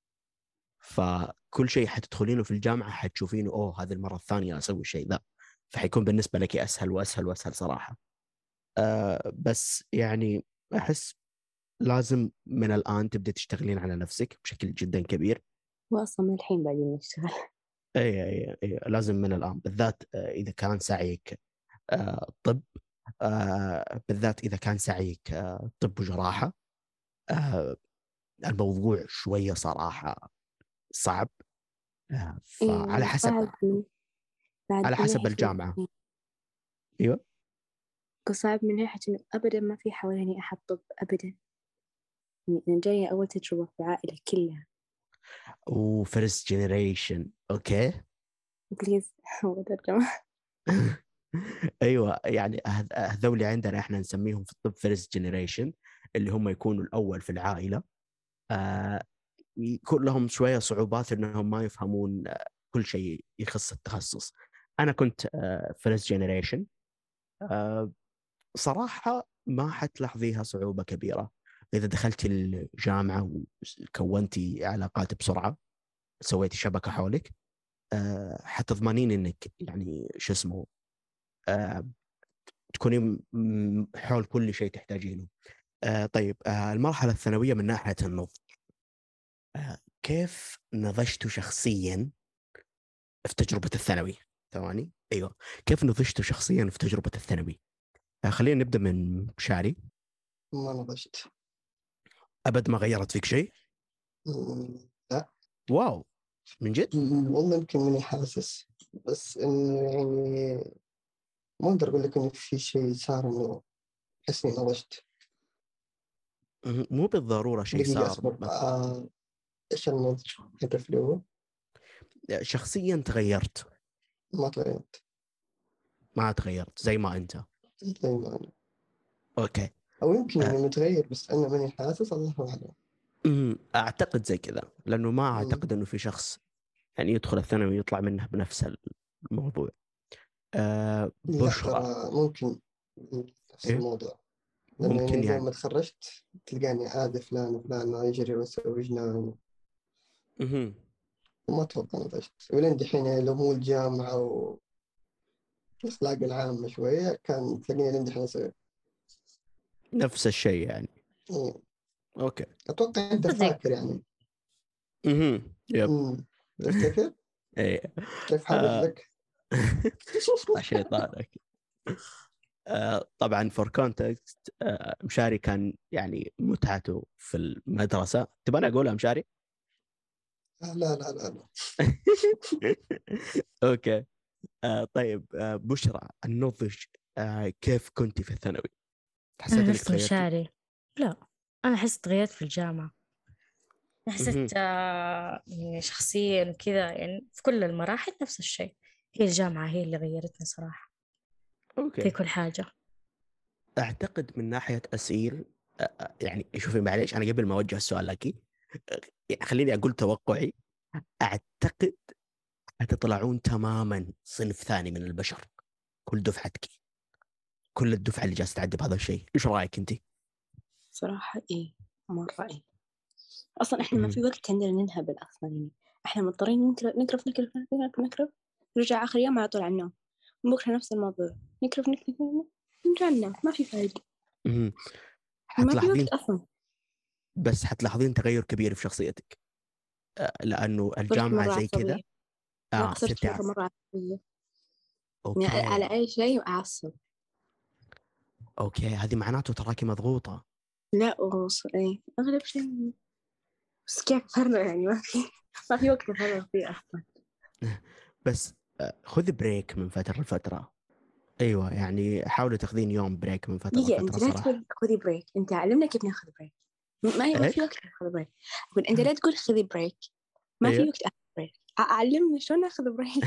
فكل شيء حتدخلينه في الجامعه حتشوفينه اوه هذه المره الثانيه اسوي الشيء ذا، فحيكون بالنسبه لك اسهل واسهل واسهل صراحه. أه بس يعني احس لازم من الان تبدا تشتغلين على نفسك بشكل جدا كبير. وأصلا من الحين بعدين نشتغل. اي اي اي لازم من الان بالذات، آه، اذا كان سعيك آه، طب، آه، بالذات اذا كان سعيك آه، طب وجراحه. آه، الموضوع شويه صراحه صعب. آه، فعلى إيه حسب، صعب من بعد على من حسب ناحية الجامعه. إنه ايوه. صعب من ناحية إنه أبدا ما في حواليني أحد طب أبدا، يعني أنا جاية أول تجربة في العائلة كلها. وفيرست جينيريشن. اوكي. بليز هو ترجمة. ايوه يعني هذ- هذول عندنا احنا نسميهم في الطب فيرست جينيريشن، اللي هم يكونوا الاول في العائله. آه يكون لهم شويه صعوبات انهم ما يفهمون آه، كل شيء يخص التخصص. انا كنت فيرست جينيريشن. صراحه ما حتلاحظيها صعوبه كبيره اذا دخلتي الجامعه وكونتي علاقات بسرعه، سويتي شبكه حولك. آه حتضمنين انك يعني شو اسمه آه تكوني م- م- حول كل شيء تحتاجينه. آه طيب، آه المرحلة الثانوية من ناحية النضج، آه كيف نضجتوا شخصيا في تجربة الثانوي؟ ثواني، أيوة، كيف نضجتوا شخصيا في تجربة الثانوي؟ آه خلينا نبدأ من شعري. ما نضجت. أبد ما غيرت فيك شيء؟ مم، لا. واو، من جد؟ مم، والله يمكن مني حاسس، بس إنه يعني ما أقدر أقول لك إنه في شيء صار إنه أحس إني نضجت. مم، مو بالضرورة شيء دقيقة صار. أصبر. آه إيش النضج حق في الأول؟ شخصيا تغيرت؟ ما تغيرت ما تغيرت زي ما أنت؟ زي ما أنا، أوكي. أو يمكن آه. إني متغير بس أنا ماني حاسس، الله أعلم. مم، أعتقد زي كذا، لأنه ما مم. أعتقد أنه في شخص يعني يدخل الثانوي ويطلع منه بنفس الموضوع. آه لا بشرى. ترى ممكن نفس إيه؟ الموضوع، لأنه يعني ممكن اليوم يعني. ما تخرجت تلقاني عادي فلان وفلان ما يجري ويسوي جنان، مهم. وما أتوقع نضجت. ولين دحين يعني لو مو الجامعة والأخلاق العامة شوية كان تلاقيني لين دحين أسوي. نفس الشيء يعني. مم. اوكي. أتوقع أنت زي فاكر يعني. مهم. يب. مم. تفتكر ايه. كيف حالف آه. لك؟ شيطانك. آه طبعا فور كونتكست، آه مشاري كان يعني متعته في المدرسة. تبغى أنا أقولها مشاري؟ لا لا لا لا. اوكي. آه طيب، آه بشرى النضج، آه كيف كنتي في الثانوي؟ أنا حسيت انك نفس تغيرتي؟ مشاعري. لا، أنا حسيت تغيرت في الجامعة. حسيت مهم. آه، يعني شخصيا وكذا، يعني في كل المراحل نفس الشيء. هي الجامعة هي اللي غيرتني صراحة في اوكي. كل حاجة. اعتقد من ناحيه اسئير، أ- أ- يعني شوفي معليش، انا قبل ما اوجه السؤال لك يعني خليني اقول توقعي. اعتقد حتطلعون تماما صنف ثاني من البشر، كل دفعتك، كل الدفعه اللي جالسه تعدي بهذا الشيء. ايش رايك انت؟ صراحة إيه، مرة إيه. أصلا إحنا ما في وقت عندنا ننهبل أصلا، يعني إحنا مضطرين نكرف نكرف نكرف نكرف نكرف نرجع آخر يوم على طول على النوم. بكرة نفس الموضوع، نكرف نكرف نرجع ننام، ما في فايدة، مهم. ما في وقت حتلاحظين، أصلا. بس حتلاحظين تغير كبير في شخصيتك، أ، لانه صرت الجامعه مرة زي كذا. عصبية. لا اه صرت ستة مرة عام. مرة عصبية، يعني على اوكي. أي شيء أعصب. اوكي، هذه معناته تراكي مضغوطه. لا وص... إيه أغلب شيء، بس كيف فرق يعني، ما في ما في وقت أفرغ فيه أصلا. بس أ، خذ بريك من فتره لفتره. ايوه يعني حاولي تاخذين يوم بريك من فتره دقيقة، لفتره أنت لا صراحه. تقول خذي بريك، أنت علمنا كيف ناخذ بريك، ما ما في ايش؟ وقت ناخذ بريك. أقول أنت لا تقول خذي بريك، ما في ايوه. وقت أخذ بريك، علمني شلون ناخذ بريك.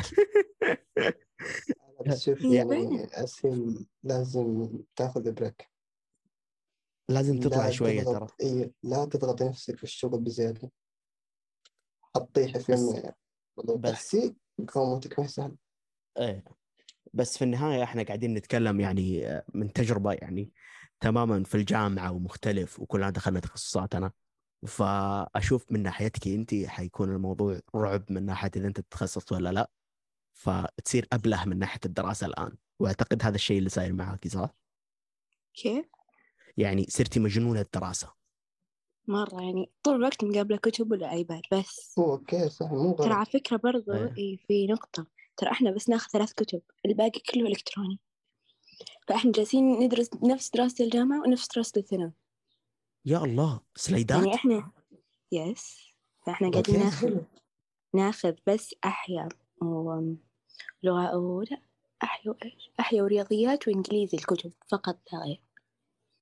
بس شوف هي يعني باينة. يعني أسيم لازم تاخذ بريك. لازم تطلع لا شويه ترى. تضغط، إيه لا تضغط نفسك في الشغل بزيادة، حتطيحي في بس يوم. ولو بس تحتي قومتك ما هي سهلة. ايه بس في النهايه احنا قاعدين نتكلم يعني آه، من تجربه يعني تماما في الجامعه ومختلف، وكلنا دخلنا تخصصاتنا. فاشوف من ناحيتك انت حيكون الموضوع رعب من ناحيه اذا انت تتخصص ولا لا، فتصير ابله من ناحيه الدراسه الان. واعتقد هذا الشيء اللي صاير معك، صح؟ كيف؟ يعني صرتي مجنونه الدراسه. مرة يعني طول الوقت مقابلة كتب ولا أيباد بس. هو أوكي صح، مو ترى على غلط. فكرة برضو ايه. إيه في نقطة، ترى إحنا بس ناخذ ثلاث كتب، الباقي كله إلكتروني. فإحنا جالسين ندرس نفس دراسة الجامعة ونفس دراسة الثانوي. يا الله، سلايدات. يعني إحنا يس، فإحنا قاعدين أوكي ناخذ حلو. ناخذ بس أحياء ولغة أو لا أحياء وإيش أحياء ورياضيات وإنجليزي، الكتب فقط لا غير.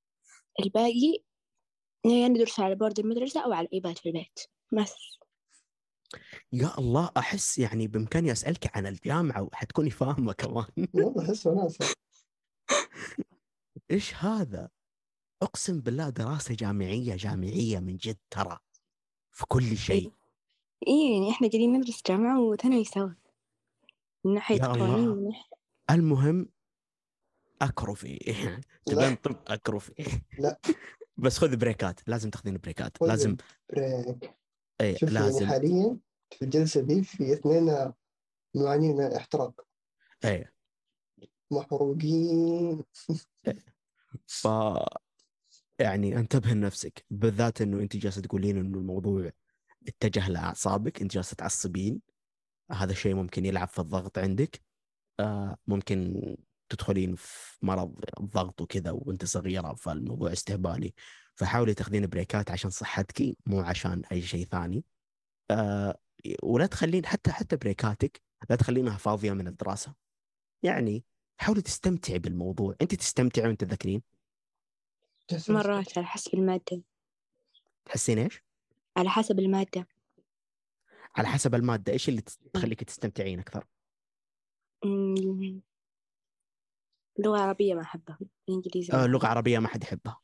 الباقي يا ندرس على بورد المدرسة أو على الإيباد في البيت بس. يا الله، احس يعني بامكاني اسالك عن الجامعه وحتكوني فاهمه كمان. والله أحس وناسة. ايش هذا؟ اقسم بالله دراسه جامعيه جامعيه من جد ترى، في كل شيء. إيه يعني إحنا قاعدين ندرس جامعة وثانوي سوا من ناحية يا قوانين الله. ومن ناحية. المهم اكرفي. لا تبين طب اكرفي. لا، بس خذ بريكات، لازم تاخذين بريكات، خذ لازم. بريك. اي شوف يعني لازم. حاليا في الجلسة دي في اثنين معانين من الاحتراق، اي محروقين. ف يعني انتبه لنفسك، بالذات انه انت جالسه تقولين انه الموضوع اتجه لاعصابك، انت جالسه تعصبين. هذا الشيء ممكن يلعب في الضغط عندك. آه ممكن تدخلين في مرض الضغط وكذا وانت صغيره، فالموضوع استهبالي. فحاولي تاخذين بريكات عشان صحتك، مو عشان اي شيء ثاني. آه ولا تخلين حتى حتى بريكاتك لا تخلينها فاضيه من الدراسه. يعني حاولي تستمتعي بالموضوع. انت تستمتعي وانت تذاكرين؟ جالس مرات أستمتع. على حسب المادة. تحسين ايش؟ على حسب المادة. على حسب الماده. ايش اللي تخليك تستمتعين اكثر؟ أمم، اللغة العربية ما أحبها، الإنجليزي ما آه لغه أحبها. عربيه ما حد يحبها.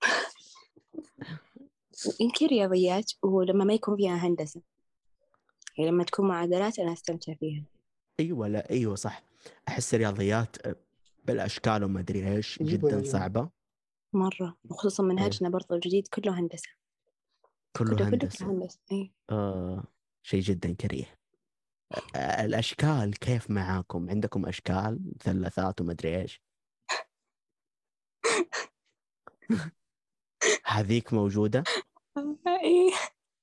يمكن رياضيات، ولما ما يكون فيها هندسة، يعني لما تكون معادلات أنا أستمتع فيها. ايوه، لا ايوه صح. احس الرياضيات آه، بالاشكال وما ادري ايش أيوة جدا يا جماعة. صعبه. مرة، وخصوصا ايه منهجنا برضه الجديد كله هندسة. كله كله كله في هندسه. هندسة إيه. آه شيء جدا كريه. آه الاشكال كيف معاكم؟ عندكم اشكال مثلثات وما ادري ايش؟ هذيك موجوده؟ إيه.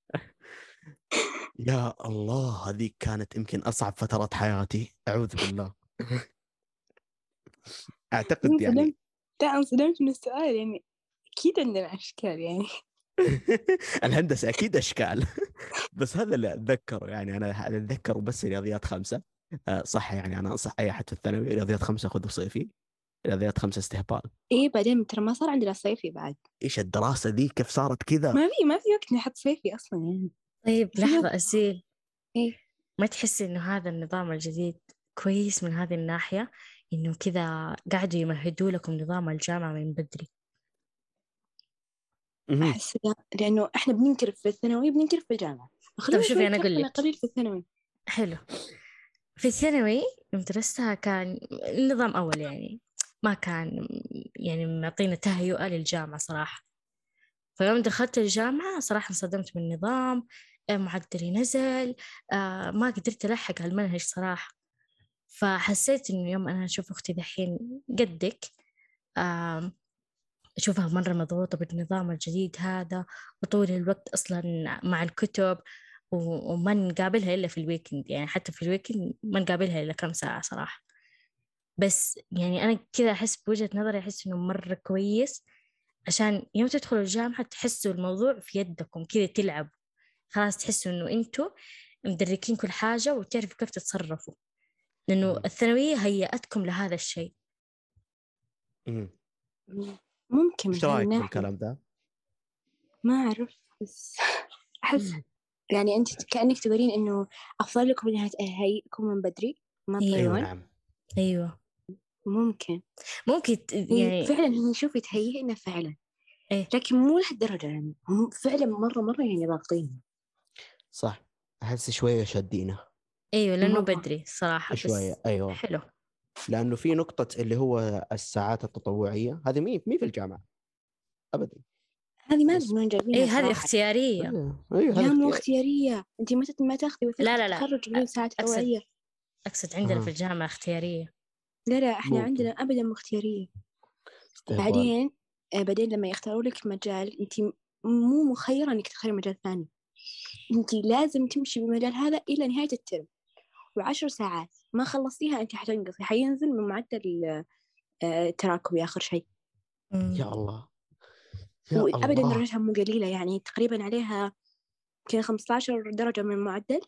يا الله، هذيك كانت يمكن اصعب فترات حياتي، اعوذ بالله. اعتقد انصدمت. يعني. لا انصدمت من السؤال، يعني أكيد عندنا أشكال يعني. الهندسه اكيد اشكال. بس هذا اللي اتذكره، يعني انا اتذكر بس رياضيات خمسه. آه، صح، يعني انا انصح اي احد في الثانوي رياضيات خمسه خذوا صيفي. رياضيات خمسه استهبال. إيه بعدين ترى ما صار عندنا صيفي بعد. ايش الدراسه ذي كيف صارت كذا؟ ما في ما في وقت نحط صيفي أصلا يعني. طيب في لحظة وقت. أسيل، إيه. ما تحسي إنه هذا النظام الجديد كويس من هذه الناحية، إنه كذا قاعدوا يمهدوا لكم نظام الجامعة من بدري؟ مهم. أحس لا، لأنه إحنا بننكر في الثانوي بننكر في الجامعة، طب خلينا شوفي شوي أنا أقول كرفنا لك. قليل في الثانوي. حلو. في الثانوي يوم درستها كان النظام أول، يعني ما كان يعني معطينا تهيئة للجامعة صراحة. فيوم دخلت الجامعة صراحة انصدمت من النظام. آه، معدلي نزل. آه، ما قدرت ألحق على المنهج صراحة. فحسيت إنه يوم أنا أشوف أختي دحين قدك، آم، أشوفها مرة مضغوطة بالنظام الجديد هذا، وطول الوقت أصلا مع الكتب، و- وما نقابلها إلا في الويكند، يعني حتى في الويكند ما نقابلها إلا كم ساعة صراحة. بس يعني أنا كذا أحس بوجهة نظري، أحس إنه مرة كويس، عشان يوم تدخلوا الجامعة تحسوا الموضوع في يدكم كذا، تلعبوا خلاص، تحسوا إنه أنتوا مدركين كل حاجة وتعرفوا كيف تتصرفوا، لأنه الثانوية هيأتكم لهذا الشيء. مهم. ممكن من ايش هذه رايك الناحية. بالكلام ده؟ ما أعرف بس أحس يعني أنت كأنك تقولين إنه أفضل لكم إنها تهيئكم من بدري، ما ايوه تضيعون. نعم. أيوة ممكن. ممكن ت- هي يعني فعلا هي شوفي تهيئنا فعلا، إيه. لكن مو لهالدرجة يعني، هم فعلا مرة مرة يعني ضاغطين. صح، احس شويه شادينه. أيوة لأنه مرة. بدري صراحة، شويه بس ايوه. حلو. لانه في نقطه اللي هو الساعات التطوعيه، هذه مي مي في الجامعه ابدا. هذه ما أدري بس من وين جايبينها إيه هذه صراحة. اختيارية. ايوه ايوه هذا لا مو اختيار. اختيارية، أنت ما تت- ما تاخذي وثيقة لا لا لا، التخرج بدون ساعة أقصد تطوعية. أقصد عندنا في اها الجامعة اختيارية. لا لا إحنا ممكن عندنا أبدا مو اختيارية. استهبال. بعدين آه، بعدين لما يختاروا لك مجال أنت م- مو مخيرة إنك تختاري مجال ثاني، أنت لازم تمشي بالمجال هذا إلى نهاية الترم، وعشر ساعات ما خلصتيها أنت حتنقصي، حينزل من معدل آه، التراكمي آخر شيء. مم. يا الله يا وأبدا الله. درجتها مو قليلة، يعني تقريبا عليها يمكن خمسة عشر درجة من المعدل،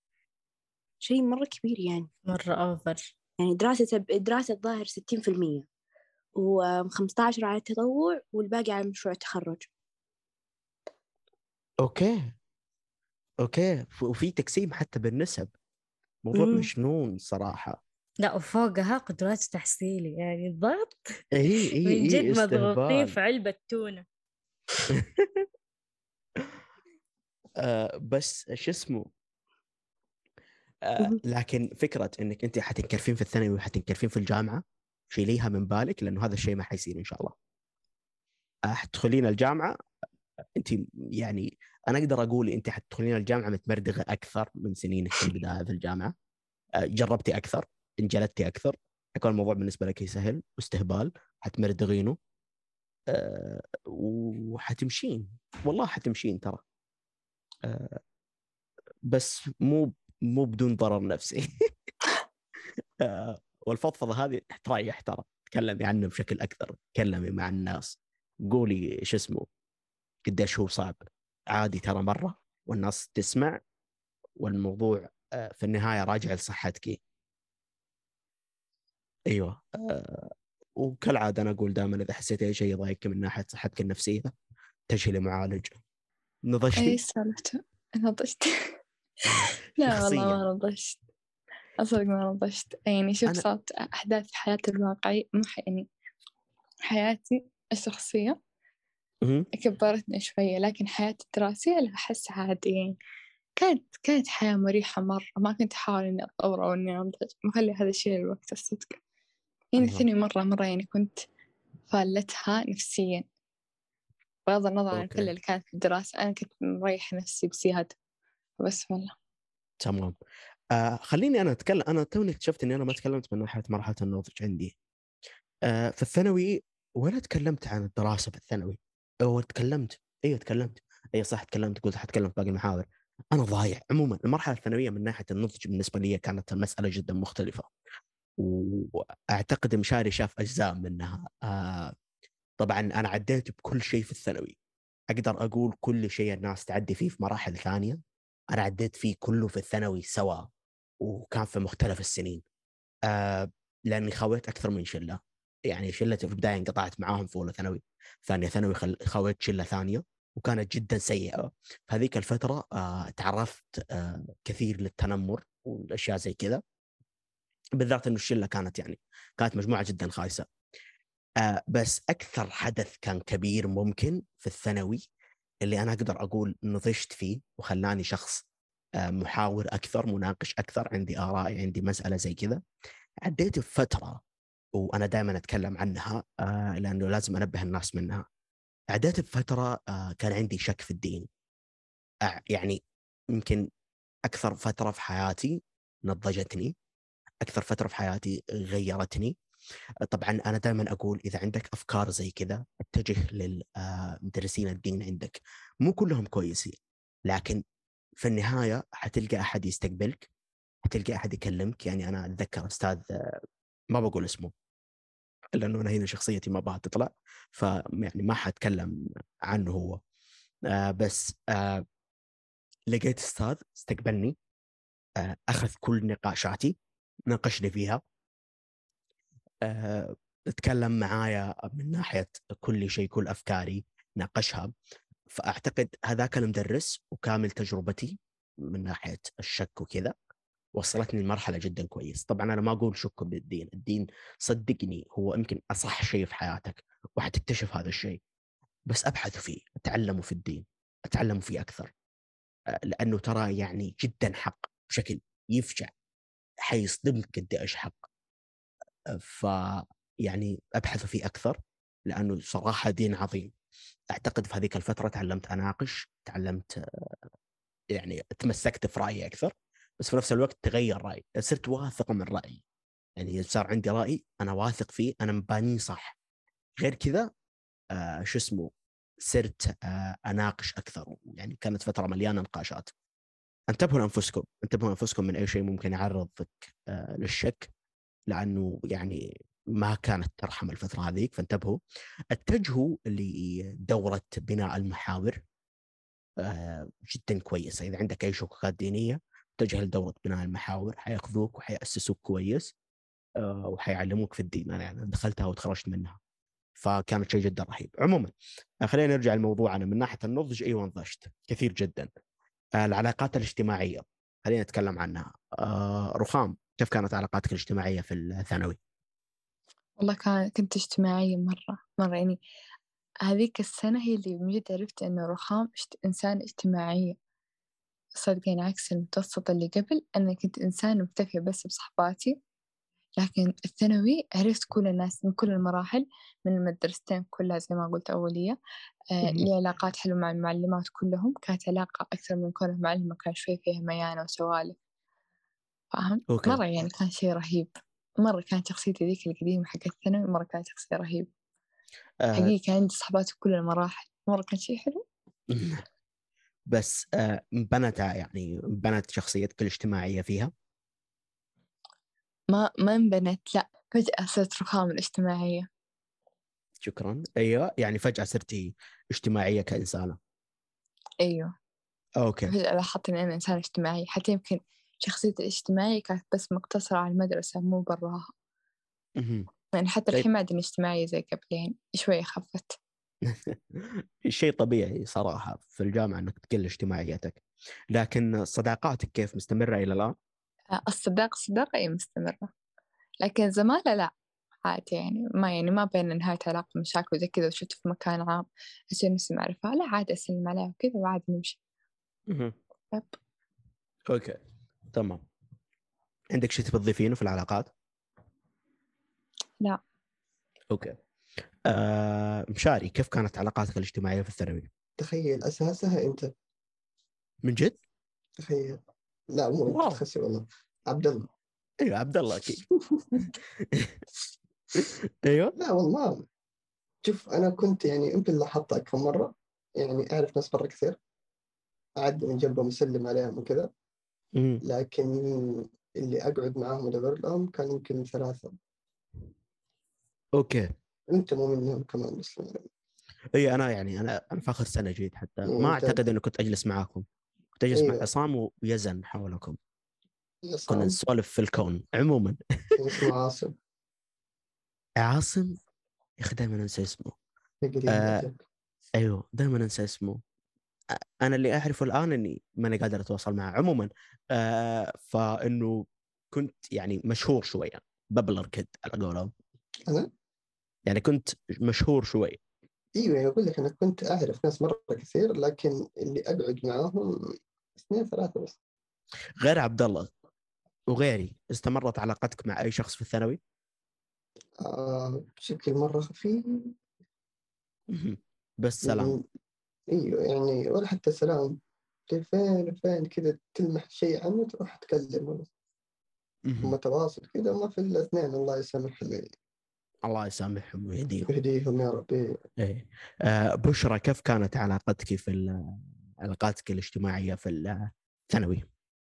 شيء مرة كبير يعني. مرة أوفر. يعني دراسة دراسة الظاهر ستين في المية، وخمسة عشر على التطوع والباقي على مشروع التخرج. اوكي. اوكي، وفي تقسيم حتى بالنسب، موضوع مم. مجنون صراحة. لا، وفوقها قدرات تحصيلي، يعني الضغط اي اي من جد اي مضغوطين استهبال. في علبة تونة. آه بس شو اسمه، آه مم. لكن فكرة انك انت حتنكرفين في الثانوي وحتنكرفين في الجامعة، شيليها من بالك، لانه هذا الشيء ما حيصير ان شاء الله. آه حتدخلين الجامعة انت، يعني انا اقدر اقول انت حتدخلين الجامعة متمردغة اكثر من سنينك في البداية في الجامعة. آه جربتي اكثر، انجلدتي اكثر، حيكون الموضوع بالنسبة لك سهل واستهبال، حتمردغينه. آه وحتمشين، والله حتمشين ترى. آه بس مو مو بدون ضرر نفسي. آه والفضفضة هذه تريح ترى، تكلمي عنه بشكل أكثر، تكلمي مع الناس، قولي شو اسمه قديش هو صعب، عادي ترى مرة، والناس تسمع، والموضوع آه في النهاية راجع لصحتك. أيوة. آه وكالعادة أنا أقول دائما إذا حسيت أي شيء يضايقك من ناحية صحتك النفسية، اتجهي لمعالج. أي نضجتي سالفته نضجت. لا والله شخصيا. ما نضجت، أصدق ما نضجت. يعني شوف، أنا صارت أحداث في حياتي الواقعية، مو ح- يعني حياتي الشخصية مهم. كبرتني شوية، لكن حياتي الدراسية لا، أحس عادي يعني. كانت كانت حياة مريحة مرة، ما كنت أحاول إني أتطور أو إني أنضج، مخلي هذا الشيء للوقت الصدق. يعني تمام. الثانوي مرة مرة يعني كنت فالتها نفسيا، بغض النظر عن كل أوكي اللي كانت في الدراسة، أنا كنت مريحة نفسي بزيادة. بس والله تمام. آه خليني أنا أتكلم. أنا توني اكتشفت إني أنا ما تكلمت من ناحية مرحلة النضج عندي. آه في الثانوي، ولا تكلمت عن الدراسة في الثانوي. أو تكلمت، أيوة تكلمت، أي صح تكلمت، قلت حتكلم في باقي المحاور. أنا ضايع عموما. المرحلة الثانوية من ناحية النضج بالنسبة لي كانت المسألة جدا مختلفة، وأعتقد مشاري شاف أجزاء منها. آه طبعا أنا عديت بكل شيء في الثانوي، أقدر أقول كل شيء الناس تعدي فيه في مراحل ثانية، أنا عديت فيه كله في الثانوي سوا، وكان في مختلف السنين. آه لاني خويت اكثر من شله. يعني شله في البدايه انقطعت معاهم في اولى ثانوي، ثانيه ثانوي خل... خويت شله ثانيه، وكانت جدا سيئه. في هذيك الفتره آه تعرضت آه كثير للتنمر والاشياء زي كذا، بالذات انه الشله كانت يعني كانت مجموعه جدا خايسه. آه بس اكثر حدث كان كبير ممكن في الثانوي، اللي انا اقدر اقول نضجت فيه وخلاني شخص آه محاور اكثر، مناقش اكثر، عندي اراء، عندي مساله زي كذا. عديت بفترة وأنا دائما أتكلم عنها آه لأنه لازم أنبه الناس منها. عديت بفترة آه كان عندي شك في الدين. آه يعني يمكن أكثر فترة في حياتي نضجتني، أكثر فترة في حياتي غيرتني. آه طبعا أنا دائما أقول إذا عندك أفكار زي كذا اتجه للمدرسين الدين عندك، مو كلهم كويسين، لكن في النهاية حتلقى أحد يستقبلك، حتلقى أحد يكلمك. يعني أنا أتذكر أستاذ آه، ما بقول اسمه لانه انا هنا شخصيتي ما بها تطلع، فيعني ما حاتكلم عنه هو. آه بس آه لقيت استاذ استقبلني، آه اخذ كل نقاشاتي، ناقشني فيها، آه تكلم معايا من ناحيه كل شيء، كل افكاري ناقشها. فاعتقد هذاك المدرس وكامل تجربتي من ناحيه الشك وكذا وصلتني لمرحله جدا كويس. طبعا انا ما اقول شك بالدين، الدين صدقني هو يمكن اصح شيء في حياتك، وحتكتشف هذا الشيء، بس ابحثوا فيه، اتعلموا في الدين، اتعلموا فيه اكثر. آه، لانه ترى يعني جدا حق بشكل يفجع، حيصدمك قد ايش حق. آه، ف يعني ابحثوا فيه اكثر، لانه صراحه دين عظيم. اعتقد في هذيك الفتره تعلمت اناقش، تعلمت آه، يعني تمسكت في رايي اكثر، بس في نفس الوقت تغير رايي، صرت واثق من رايي. يعني صار عندي راي انا واثق فيه، انا مبانيه صح. غير كذا آه شو اسمه صرت آه اناقش اكثر، يعني كانت فتره مليانه نقاشات. انتبهوا لانفسكم، انتبهوا لانفسكم من اي شيء ممكن يعرضك آه للشك، لانه يعني ما كانت ترحم الفتره هذيك، فانتبهوا. اتجهوا لدوره بناء المحاور، آه جدا كويسه. اذا عندك اي شكوكات دينيه اتجه لدوره بناء المحاور، حياخذوك وحيأسسوك كويس، آه وحيعلموك في الدين. انا يعني دخلتها وتخرجت منها، فكانت شيء جدا رهيب. عموما خلينا نرجع لموضوعنا من ناحيه النضج. ايوه نضجت كثير جدا. آه العلاقات الاجتماعية خلينا نتكلم عنها. آه رخام، كيف كانت علاقاتك الاجتماعية في الثانوي؟ والله كان كنت اجتماعية مرة مرة يعني. هذيك السنة هي اللي من جد عرفت إنه رخام اشت- إنسان اجتماعية صدق، يعني عكس المتوسط اللي قبل. أنا كنت إنسان مكتفية بس بصحباتي، لكن الثانوي عرفت كل الناس من كل المراحل، من المدرستين كلها زي ما قلت أولية. آه مهم. لي علاقات حلوة مع المعلمات كلهم، كانت علاقة أكثر من كونها معلمة، كان شوي فيها ميانة وسوالف، فاهم؟ اوكي. مرة يعني كان شيء رهيب. مرة كانت شخصيتي ذيك القديمة حق الثانوي، مرة كانت شخصية رهيب آه حقيقي. كان عندي صحبات في كل المراحل، مرة كان شيء حلو. بس آه بنتها يعني بنت شخصيتك الاجتماعية فيها؟ ما ما انبنت، لا، فجأة صرت رخام الاجتماعية. شكرا. ايوه يعني فجأة صرتي اجتماعية كإنسانة. أيوه، اوكي. فجأة لاحظت إن أنا إنسانة اجتماعية، حتى يمكن شخصيتي الاجتماعية كانت بس مقتصرة على المدرسة مو براها. مهم. يعني حتى طيب. الحين ما أدري اجتماعية زي قبل، يعني شوية خفت. شيء طبيعي صراحة في الجامعة انك تقل اجتماعيتك، لكن صداقاتك كيف مستمرة إلى الآن؟ الصداقة الصداقة أي مستمرة، لكن زمالة لا، عادي يعني. ما يعني ما بين نهاية علاقة مشاكل زي كذا وشفت في مكان عام عشان نفسي معرفة، لا عادي أسلم عليها وكذا وعادي نمشي. مهم. طيب. اوكي تمام. عندك شيء تبي تضيفينه في العلاقات؟ لا. اوكي. آه مشاري، كيف كانت علاقاتك الاجتماعية في الثانوي؟ تخيل أساسها أنت. من جد؟ تخيل. لا مو أنت، واو. تخسي والله. عبد الله. ايوه عبد الله اكيد. ايوه. لا والله، شوف أنا كنت يعني يمكن لاحظتها كم مرة، يعني أعرف ناس مرة كثير أعدي من جنبهم أسلم عليهم وكذا، مم. لكن اللي أقعد معاهم أدور لهم كان يمكن ثلاثة. اوكي. أنت مو منهم كمان بس. اي انا يعني انا انا في اخر سنة جيت، حتى ما اعتقد ممتاز. اني كنت اجلس معاكم، كنت اجلس مع أيوة. عصام ويزن حولكم، كنا عصام. نسولف في الكون عموما. كان اسمه عاصم. عاصم، يا اخي دائما انسى اسمه. قريب آه أجل. ايوه دائما انسى اسمه. آه، انا اللي اعرفه الان اني ماني قادر اتواصل معه عموما. آه فانه كنت يعني مشهور شويه، ببلر كد على قولهم، أنا يعني كنت مشهور شوي. ايوه يعني اقول لك انا كنت اعرف ناس مره كثير، لكن اللي اقعد معاهم اثنين ثلاثه بس. غير عبد الله وغيري، استمرت علاقتك مع اي شخص في الثانوي؟ آه بشكل مره خفيف. مهم. بس سلام. م- ايوه يعني ولا حتى سلام، فين فين كذا تلمح شيء عنه تروح تكلم. هم مهم. تواصل كذا ما في الا اثنين، الله يسامحهم الله يسامحهم ويهديهم. ويهديهم يا ربي. ايه. آه بشرى، كيف كانت علاقتك في ال- علاقاتك الاجتماعيه في الثانوي؟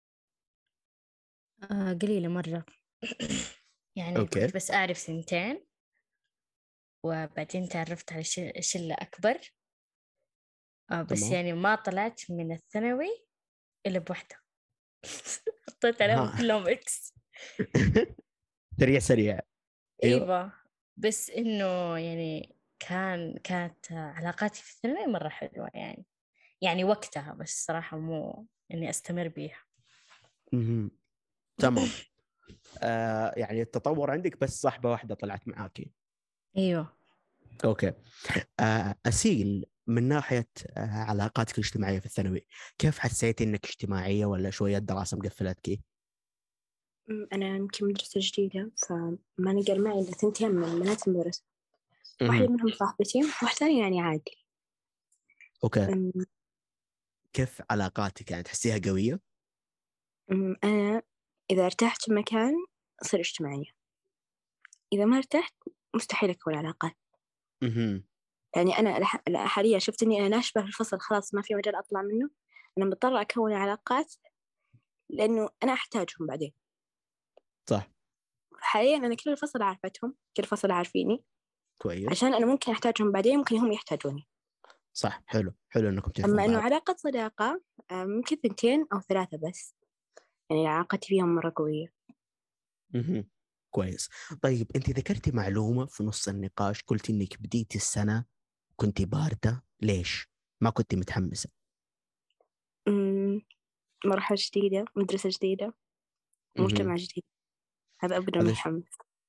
آه قليلة مرة. يعني اوكي. كنت بس أعرف سنتين، وبعدين تعرفت على ش- شلة أكبر. آه بس تمام. يعني ما طلعت من الثانوي إلا بوحدة. حطيت عليهم ها. كلهم إكس. سريع سريع. ايوه. ايوه، بس انه يعني كان كانت علاقاتي في الثانوي مرة حلوة يعني، يعني وقتها، بس صراحة مو اني استمر بيها. مهم. تمام. آه يعني التطور عندك بس صاحبه واحده طلعت معاكي. ايوه. اوكي. آه اسيل، من ناحيه آه علاقاتك الاجتماعيه في الثانوي، كيف حسيتي انك اجتماعيه ولا شويه الدراسه مقفلتك؟ أمم، أنا يمكن مدرسة جديدة، فما نقل معي إلا ثنتين من بنات المدرسة. واحدة مهم. منهم صاحبتي، واحدة ثانية يعني عادي. اوكي. أمم، كيف علاقاتك، يعني تحسيها قويه؟ أمم، أنا إذا ارتحت في مكان أصير اجتماعية، إذا ما ارتحت مستحيل أكون علاقات. مهم. يعني أنا لح- لا، حاليا شفت إني أنا ناشبة في الفصل، خلاص ما في مجال أطلع منه، أنا مضطرة أكون علاقات لأنه أنا أحتاجهم بعدين. صح. حاليا أنا كل الفصل عارفتهم، كل الفصل عارفيني، كويس. عشان أنا ممكن أحتاجهم بعدين، ممكن هم يحتاجوني. صح، حلو حلو انكم تعرفون أما إنه بعض. علاقة صداقة آه، ممكن ثنتين أو ثلاثة بس، يعني علاقتي فيهم مرة قوية. مهم. كويس. طيب انت ذكرتي معلومه في نص النقاش، قلتي انك بديتي السنه كنت بارده، ليش؟ ما كنت متحمسه؟ أمم، مرحلة جديدة، مدرسة جديدة، مجتمع جديد. هذا أبدا هذا متحمس.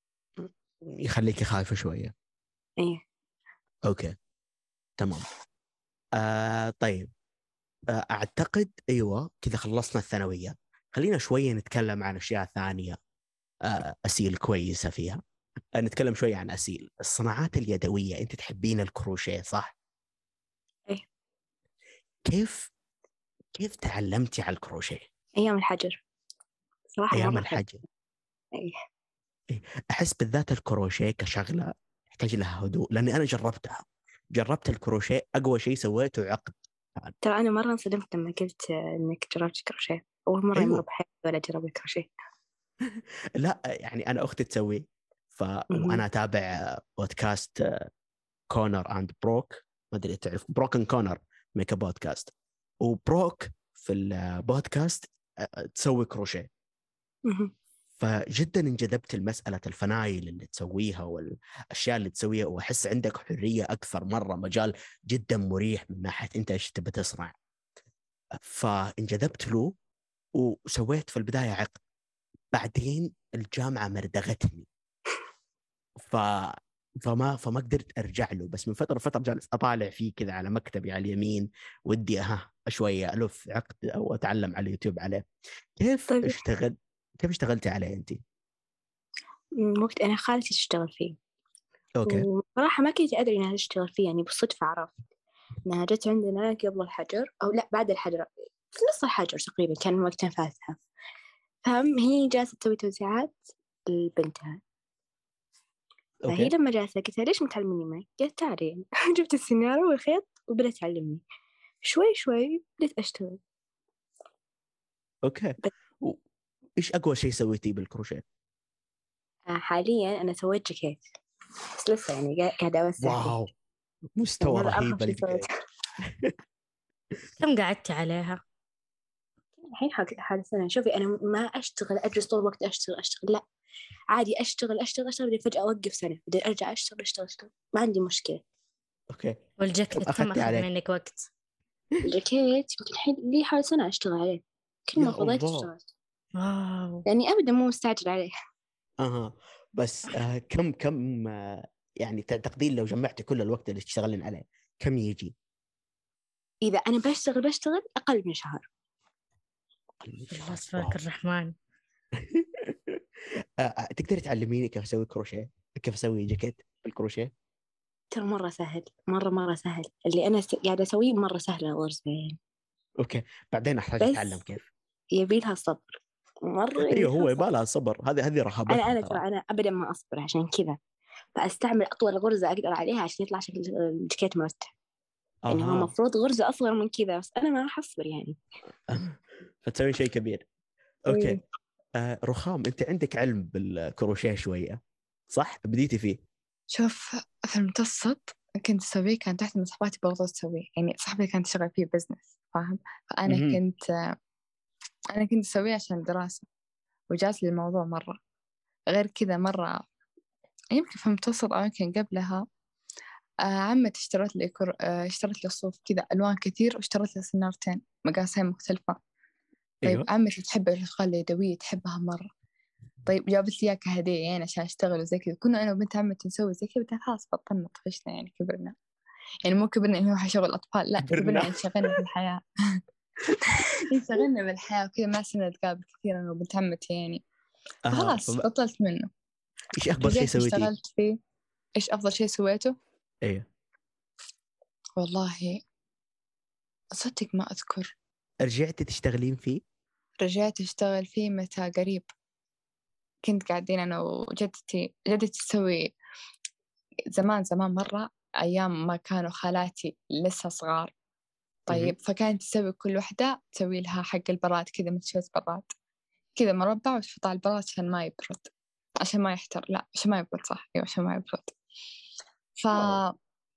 يخليك خايفة شوية. إيه. أوكي تمام. آه طيب، آه أعتقد أيوة كذا خلصنا الثانوية. خلينا شوية نتكلم عن أشياء ثانية. آه أسيل كويسة فيها. آه نتكلم شوية عن أسيل الصناعات اليدوية. أنت تحبين الكروشيه صح؟ إيه. كيف كيف تعلمتي على الكروشيه؟ أيام الحجر صراحة أيام مرة حلو. الحجر. إيه. أحس بالذات الكروشيه كشغلة يحتاج لها هدوء، لأني أنا جربتها. جربت الكروشيه، أقوى شيء سويته عقد. ترى أنا مرة انصدمت لما قلت إنك جربت كروشيه. أول مرة يمر أيوة. بحياتي ولا أجرب الكروشيه. لا يعني أنا أختي تسوي، ف... وأنا أتابع بودكاست كونر أند بروك، ما أدري تعرف بروكن كونر ميك بودكاست، وبروك في البودكاست تسوي كروشيه. فجدا انجذبت المسألة الفنايل اللي تسويها والأشياء اللي تسويها، وأحس عندك حرية أكثر مرة، مجال جدا مريح من ناحية أنت إيش تبي تصنع. فانجذبت له وسويت في البداية عقد. بعدين الجامعة مردغتني، ف فما فما قدرت ارجع له. بس من فتره فتره جالس اطالع فيه كذا على مكتبي على اليمين، ودي ها شويه الف عقد او اتعلم على اليوتيوب عليه. كيف طيب. اشتغل كيف اشتغلتي عليه انت؟ وقت أنا خالتي تشتغل فيه. اوكي. وصراحة ما كنت أدري إنها تشتغل فيه، يعني بالصدفة عرفت إنها جت عندنا قبل الحجر أو لا بعد الحجر، في نص الحجر تقريبا كان وقتها فاتها. فهم هي جالسة تسوي توزيعات لبنتها. فهي اوكي. لما جالسة قلت لها ليش متعلميني معي؟ قالت تعالي يعني. جبت السنارة والخيط وبدأت تعلمني شوي شوي، بدأت أشتغل. اوكي. بس و... ايش اقوى شيء سويتيه بالكروشيه؟ حاليا أنا سويت جاكيت، بس لسه يعني قا- قاعدة أوسع فيه. واو، يعني مستوى هذا أرخص رهيب شيء الجاكيت. سويته. كم قعدتي عليها؟ الحين حق حال سنة. شوفي أنا ما أشتغل أجلس طول الوقت أشتغل أشتغل لا، عادي أشتغل أشتغل أشتغل بعدين فجأة أوقف سنة بعدين أرجع أشتغل أشتغل أشتغل، ما عندي مشكلة. اوكي. والجاكيت كم اخذتي أخذ عليه؟ منك وقت؟ الجاكيت يمكن الحين لي حوالي سنة أشتغل عليه، كل ما يا فضيت الله. اشتغلت. واو. يعني أبدا مو مستعجل عليه. اها. بس آه كم كم آه يعني تعتقدين لو جمعتي كل الوقت اللي تشتغلين عليه كم يجي؟ إذا أنا بشتغل بشتغل أقل من شهر. الله تبارك الرحمن. آه، تقدري تعلميني كيف اسوي كروشيه، كيف اسوي جاكيت بالكروشيه؟ ترى مرة سهل، مرة مرة سهل. اللي أنا س... قاعدة أسويه مرة سهل الغرز يعني. اوكي بعدين احتاج اتعلم بس كيف. يبي لها صبر، مرة يبي ايوه لها هو صبر. يبالها صبر، هذه هذه أنا رهبتها أنا ترى. ترى أنا أبدا ما أصبر عشان كذا، فأستعمل أطول غرزة أقدر عليها عشان يطلع شكل الجاكيت مرتب. يعني هو اها. مفروض غرزة أصغر من كذا بس أنا ما راح أصبر يعني. فتسوي شيء كبير. اوكي. إيه. آه رخام، انت عندك علم بالكروشيه شويه صح؟ بديتي فيه. شوف، في المتوسط كنت أسويه، كان تحت من صحباتي برضو تسويه، يعني صاحبتي كانت تشتغل فيه بزنس فاهم. فأنا مهم. كنت أنا كنت أسويه عشان الدراسة، وجات لي الموضوع مرة. غير كذا مرة يمكن في المتوسط أو يمكن قبلها، آه عمتي اشترت لي كر... آه اشترت لي صوف كذا ألوان كثير، واشترت لي سنارتين مقاسين مختلفة. طيب ايوه. عمتي تحب الأشغال اليدوية، تحبها مرة. طيب جابت لي إياه كهدية يعني عشان أشتغل وزي كذا. كنا أنا وبنت عمتي نسوي زي كذا، خلاص بطلنا طفشنا يعني كبرنا. يعني مو كبرنا إنه هو شغل أطفال، لا كبرنا كبرنا. انشغلنا في الحياة. انشغلنا بالحياة وكذا، ما صرنا نتقابل كثير أنا وبنت عمتي يعني. اها. فخلاص فما... بطلت منه. ايش اكبر شيء رجعت سويتيه؟ اشتغلت فيه. إيش أفضل شيء سويته؟ ايوه. والله أصدق ما أذكر. رجعتي تشتغلين فيه؟ رجعت أشتغل فيه متى؟ قريب. كنت قاعدين أنا وجدتي، جدتي تسوي زمان زمان مرة، أيام ما كانوا خالاتي لسه صغار. مهم. طيب فكانت تسوي كل وحدة تسوي لها حق البراد كذا، متشوز براد كذا مربع، وتحط على البراد عشان ما يبرد، عشان ما يحتر، لا عشان ما يبرد، صح أيوة عشان ما يبرد. ف... واو.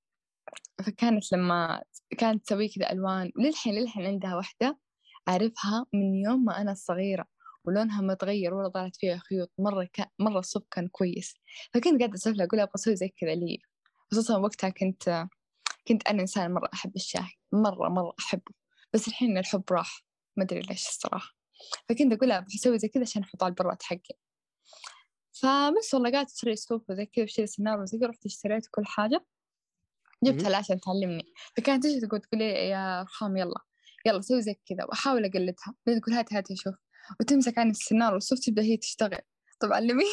فكانت لما كانت تسوي كذا ألوان، للحين للحين عندها وحدة أعرفها من يوم ما أنا صغيرة، ولونها متغير ولا طلعت فيها خيوط مرة. ك... مرة الصوف كان كويس. فكنت قاعدة أسولف لها أقول لها أبغى أسوي زي كذا لي. خصوصا وقتها كنت كنت أنا إنسان مرة أحب الشاي، مرة مرة أحبه. بس الحين الحب راح، ما أدري ليش الصراحة. فكنت أقول لها بسوي زي كذا عشان أحط على البراد حقي. فبس والله قاعدة أشتري صوف وزي كذا وأشتري سنارة وزي كذا، رحت اشتريت كل حاجة جبتها لها عشان تعلمني. فكانت تجي تقول تقول لي يا رخام يلا يلا سوي زي كذا، وأحاول أقلدها، بعدين تقول هات هات شوف، وتمسك عن السنارة والصوف تبدأ هي تشتغل. طبعا علمي.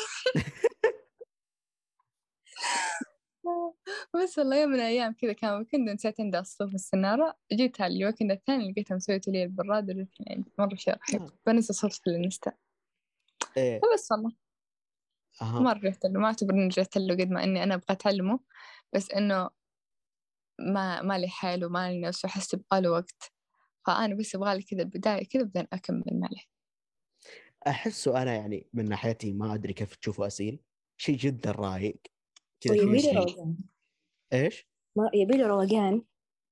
بس والله يوم من الأيام كذا كان كنت نسيت عندها الصوف والسنارة، جيت على الويكند الثاني لقيتها مسويت لي البراد والاثنين، مرة شيء رهيب. بنزل صورة في الانستا. إيه. بس والله أها. ما رجعت له، ما أعتبر إني رجعت له قد ما إني أنا أبغى أتعلمه، بس إنه ما ما لي حيل وما لي نفس، وأحس يبغى له وقت. فأنا بس أبغى لي كذا البداية كذا بعدين أكمل عليه. أحسه أنا يعني من ناحيتي، ما أدري كيف تشوفه أسيل، شيء جدا رايق كذا، ويبي في له شيء. روقان، إيش؟ ما يبي له روقان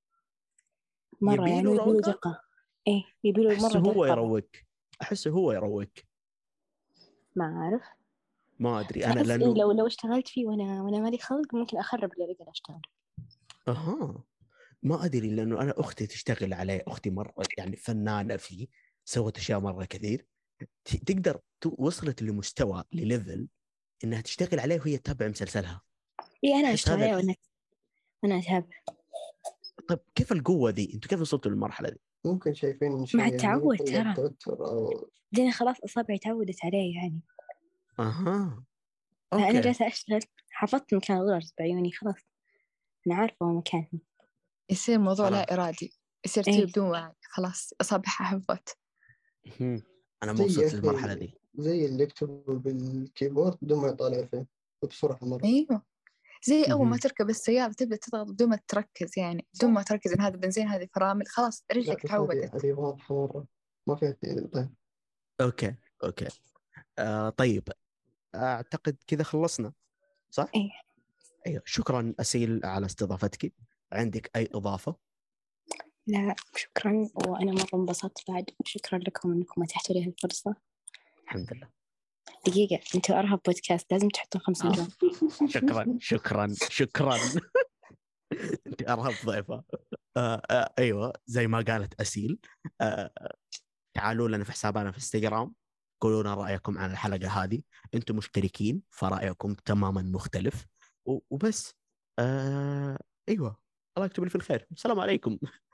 مرة، يبي يعني له يبي له روقان؟ دقة. إيه يبي له أحسه مرة هو دقة. يروق، أحسه هو يروق. ما أعرف، ما أدري أنا أحس إيه لأنه لو لو اشتغلت فيه وأنا وأنا مالي خلق ممكن أخرب اللي أقدر أشتغل. أها. ما أدري لأنه أنا أختي تشتغل عليه، أختي مرة يعني فنانة فيه، سوت أشياء مرة كثير، ت- تقدر تو- وصلت لمستوى لليفل إنها تشتغل عليه وهي تتابع مسلسلها. إيه أنا أحس أشتغل هذا. عليه وأنا وأنا أتابع. طيب كيف القوة ذي؟ أنتوا كيف وصلتوا للمرحلة دي؟ ممكن شايفين مع شيء يعني التعود قلة ترى، توتر أو لأن خلاص أصابعي تعودت عليه يعني. أها. فأنا أوكي. جالسة أشتغل، حفظت مكان الغرز بعيوني خلاص، أنا عارفة مكاني. يصير موضوع لا خلاص. إرادي، يصير إيه. تجي بدون وعي، خلاص أصابعها حفظت. هم. أنا ما زي وصلت يا للمرحلة أخي دي. زي اللي يكتب بالكيبورد بدون ما يطالع فيه بسرعة مرة. أيوه زي أول ما مهم. تركب السيارة تبدأ تضغط بدون ما تركز، يعني بدون ما تركز إن هذا بنزين هذه فرامل، خلاص لا رجلك بس هذه تعودت. هذه واضحة مرة، ما فيها. طيب أوكي أوكي. آه طيب، أعتقد كذا خلصنا صح؟ إيه. أيوه، شكرا أسيل على استضافتك. عندك أي إضافة؟ لا شكرا، وأنا مرة انبسطت بعد، شكرا لكم إنكم أتحتوا لي هالفرصة. الحمد لله. دقيقة، أنتوا أرهب بودكاست لازم تحطون خمس نجوم. شكرا شكرا شكرا. أنت أرهب ضيفة. آه آه أيوه زي ما قالت أسيل. آه تعالوا لنا في حسابنا في انستغرام، قولوا لنا رأيكم عن الحلقة هذه. أنتم مشتركين فرأيكم تماما مختلف. و- وبس. آه أيوه، الله يكتب لي في الخير. السلام عليكم.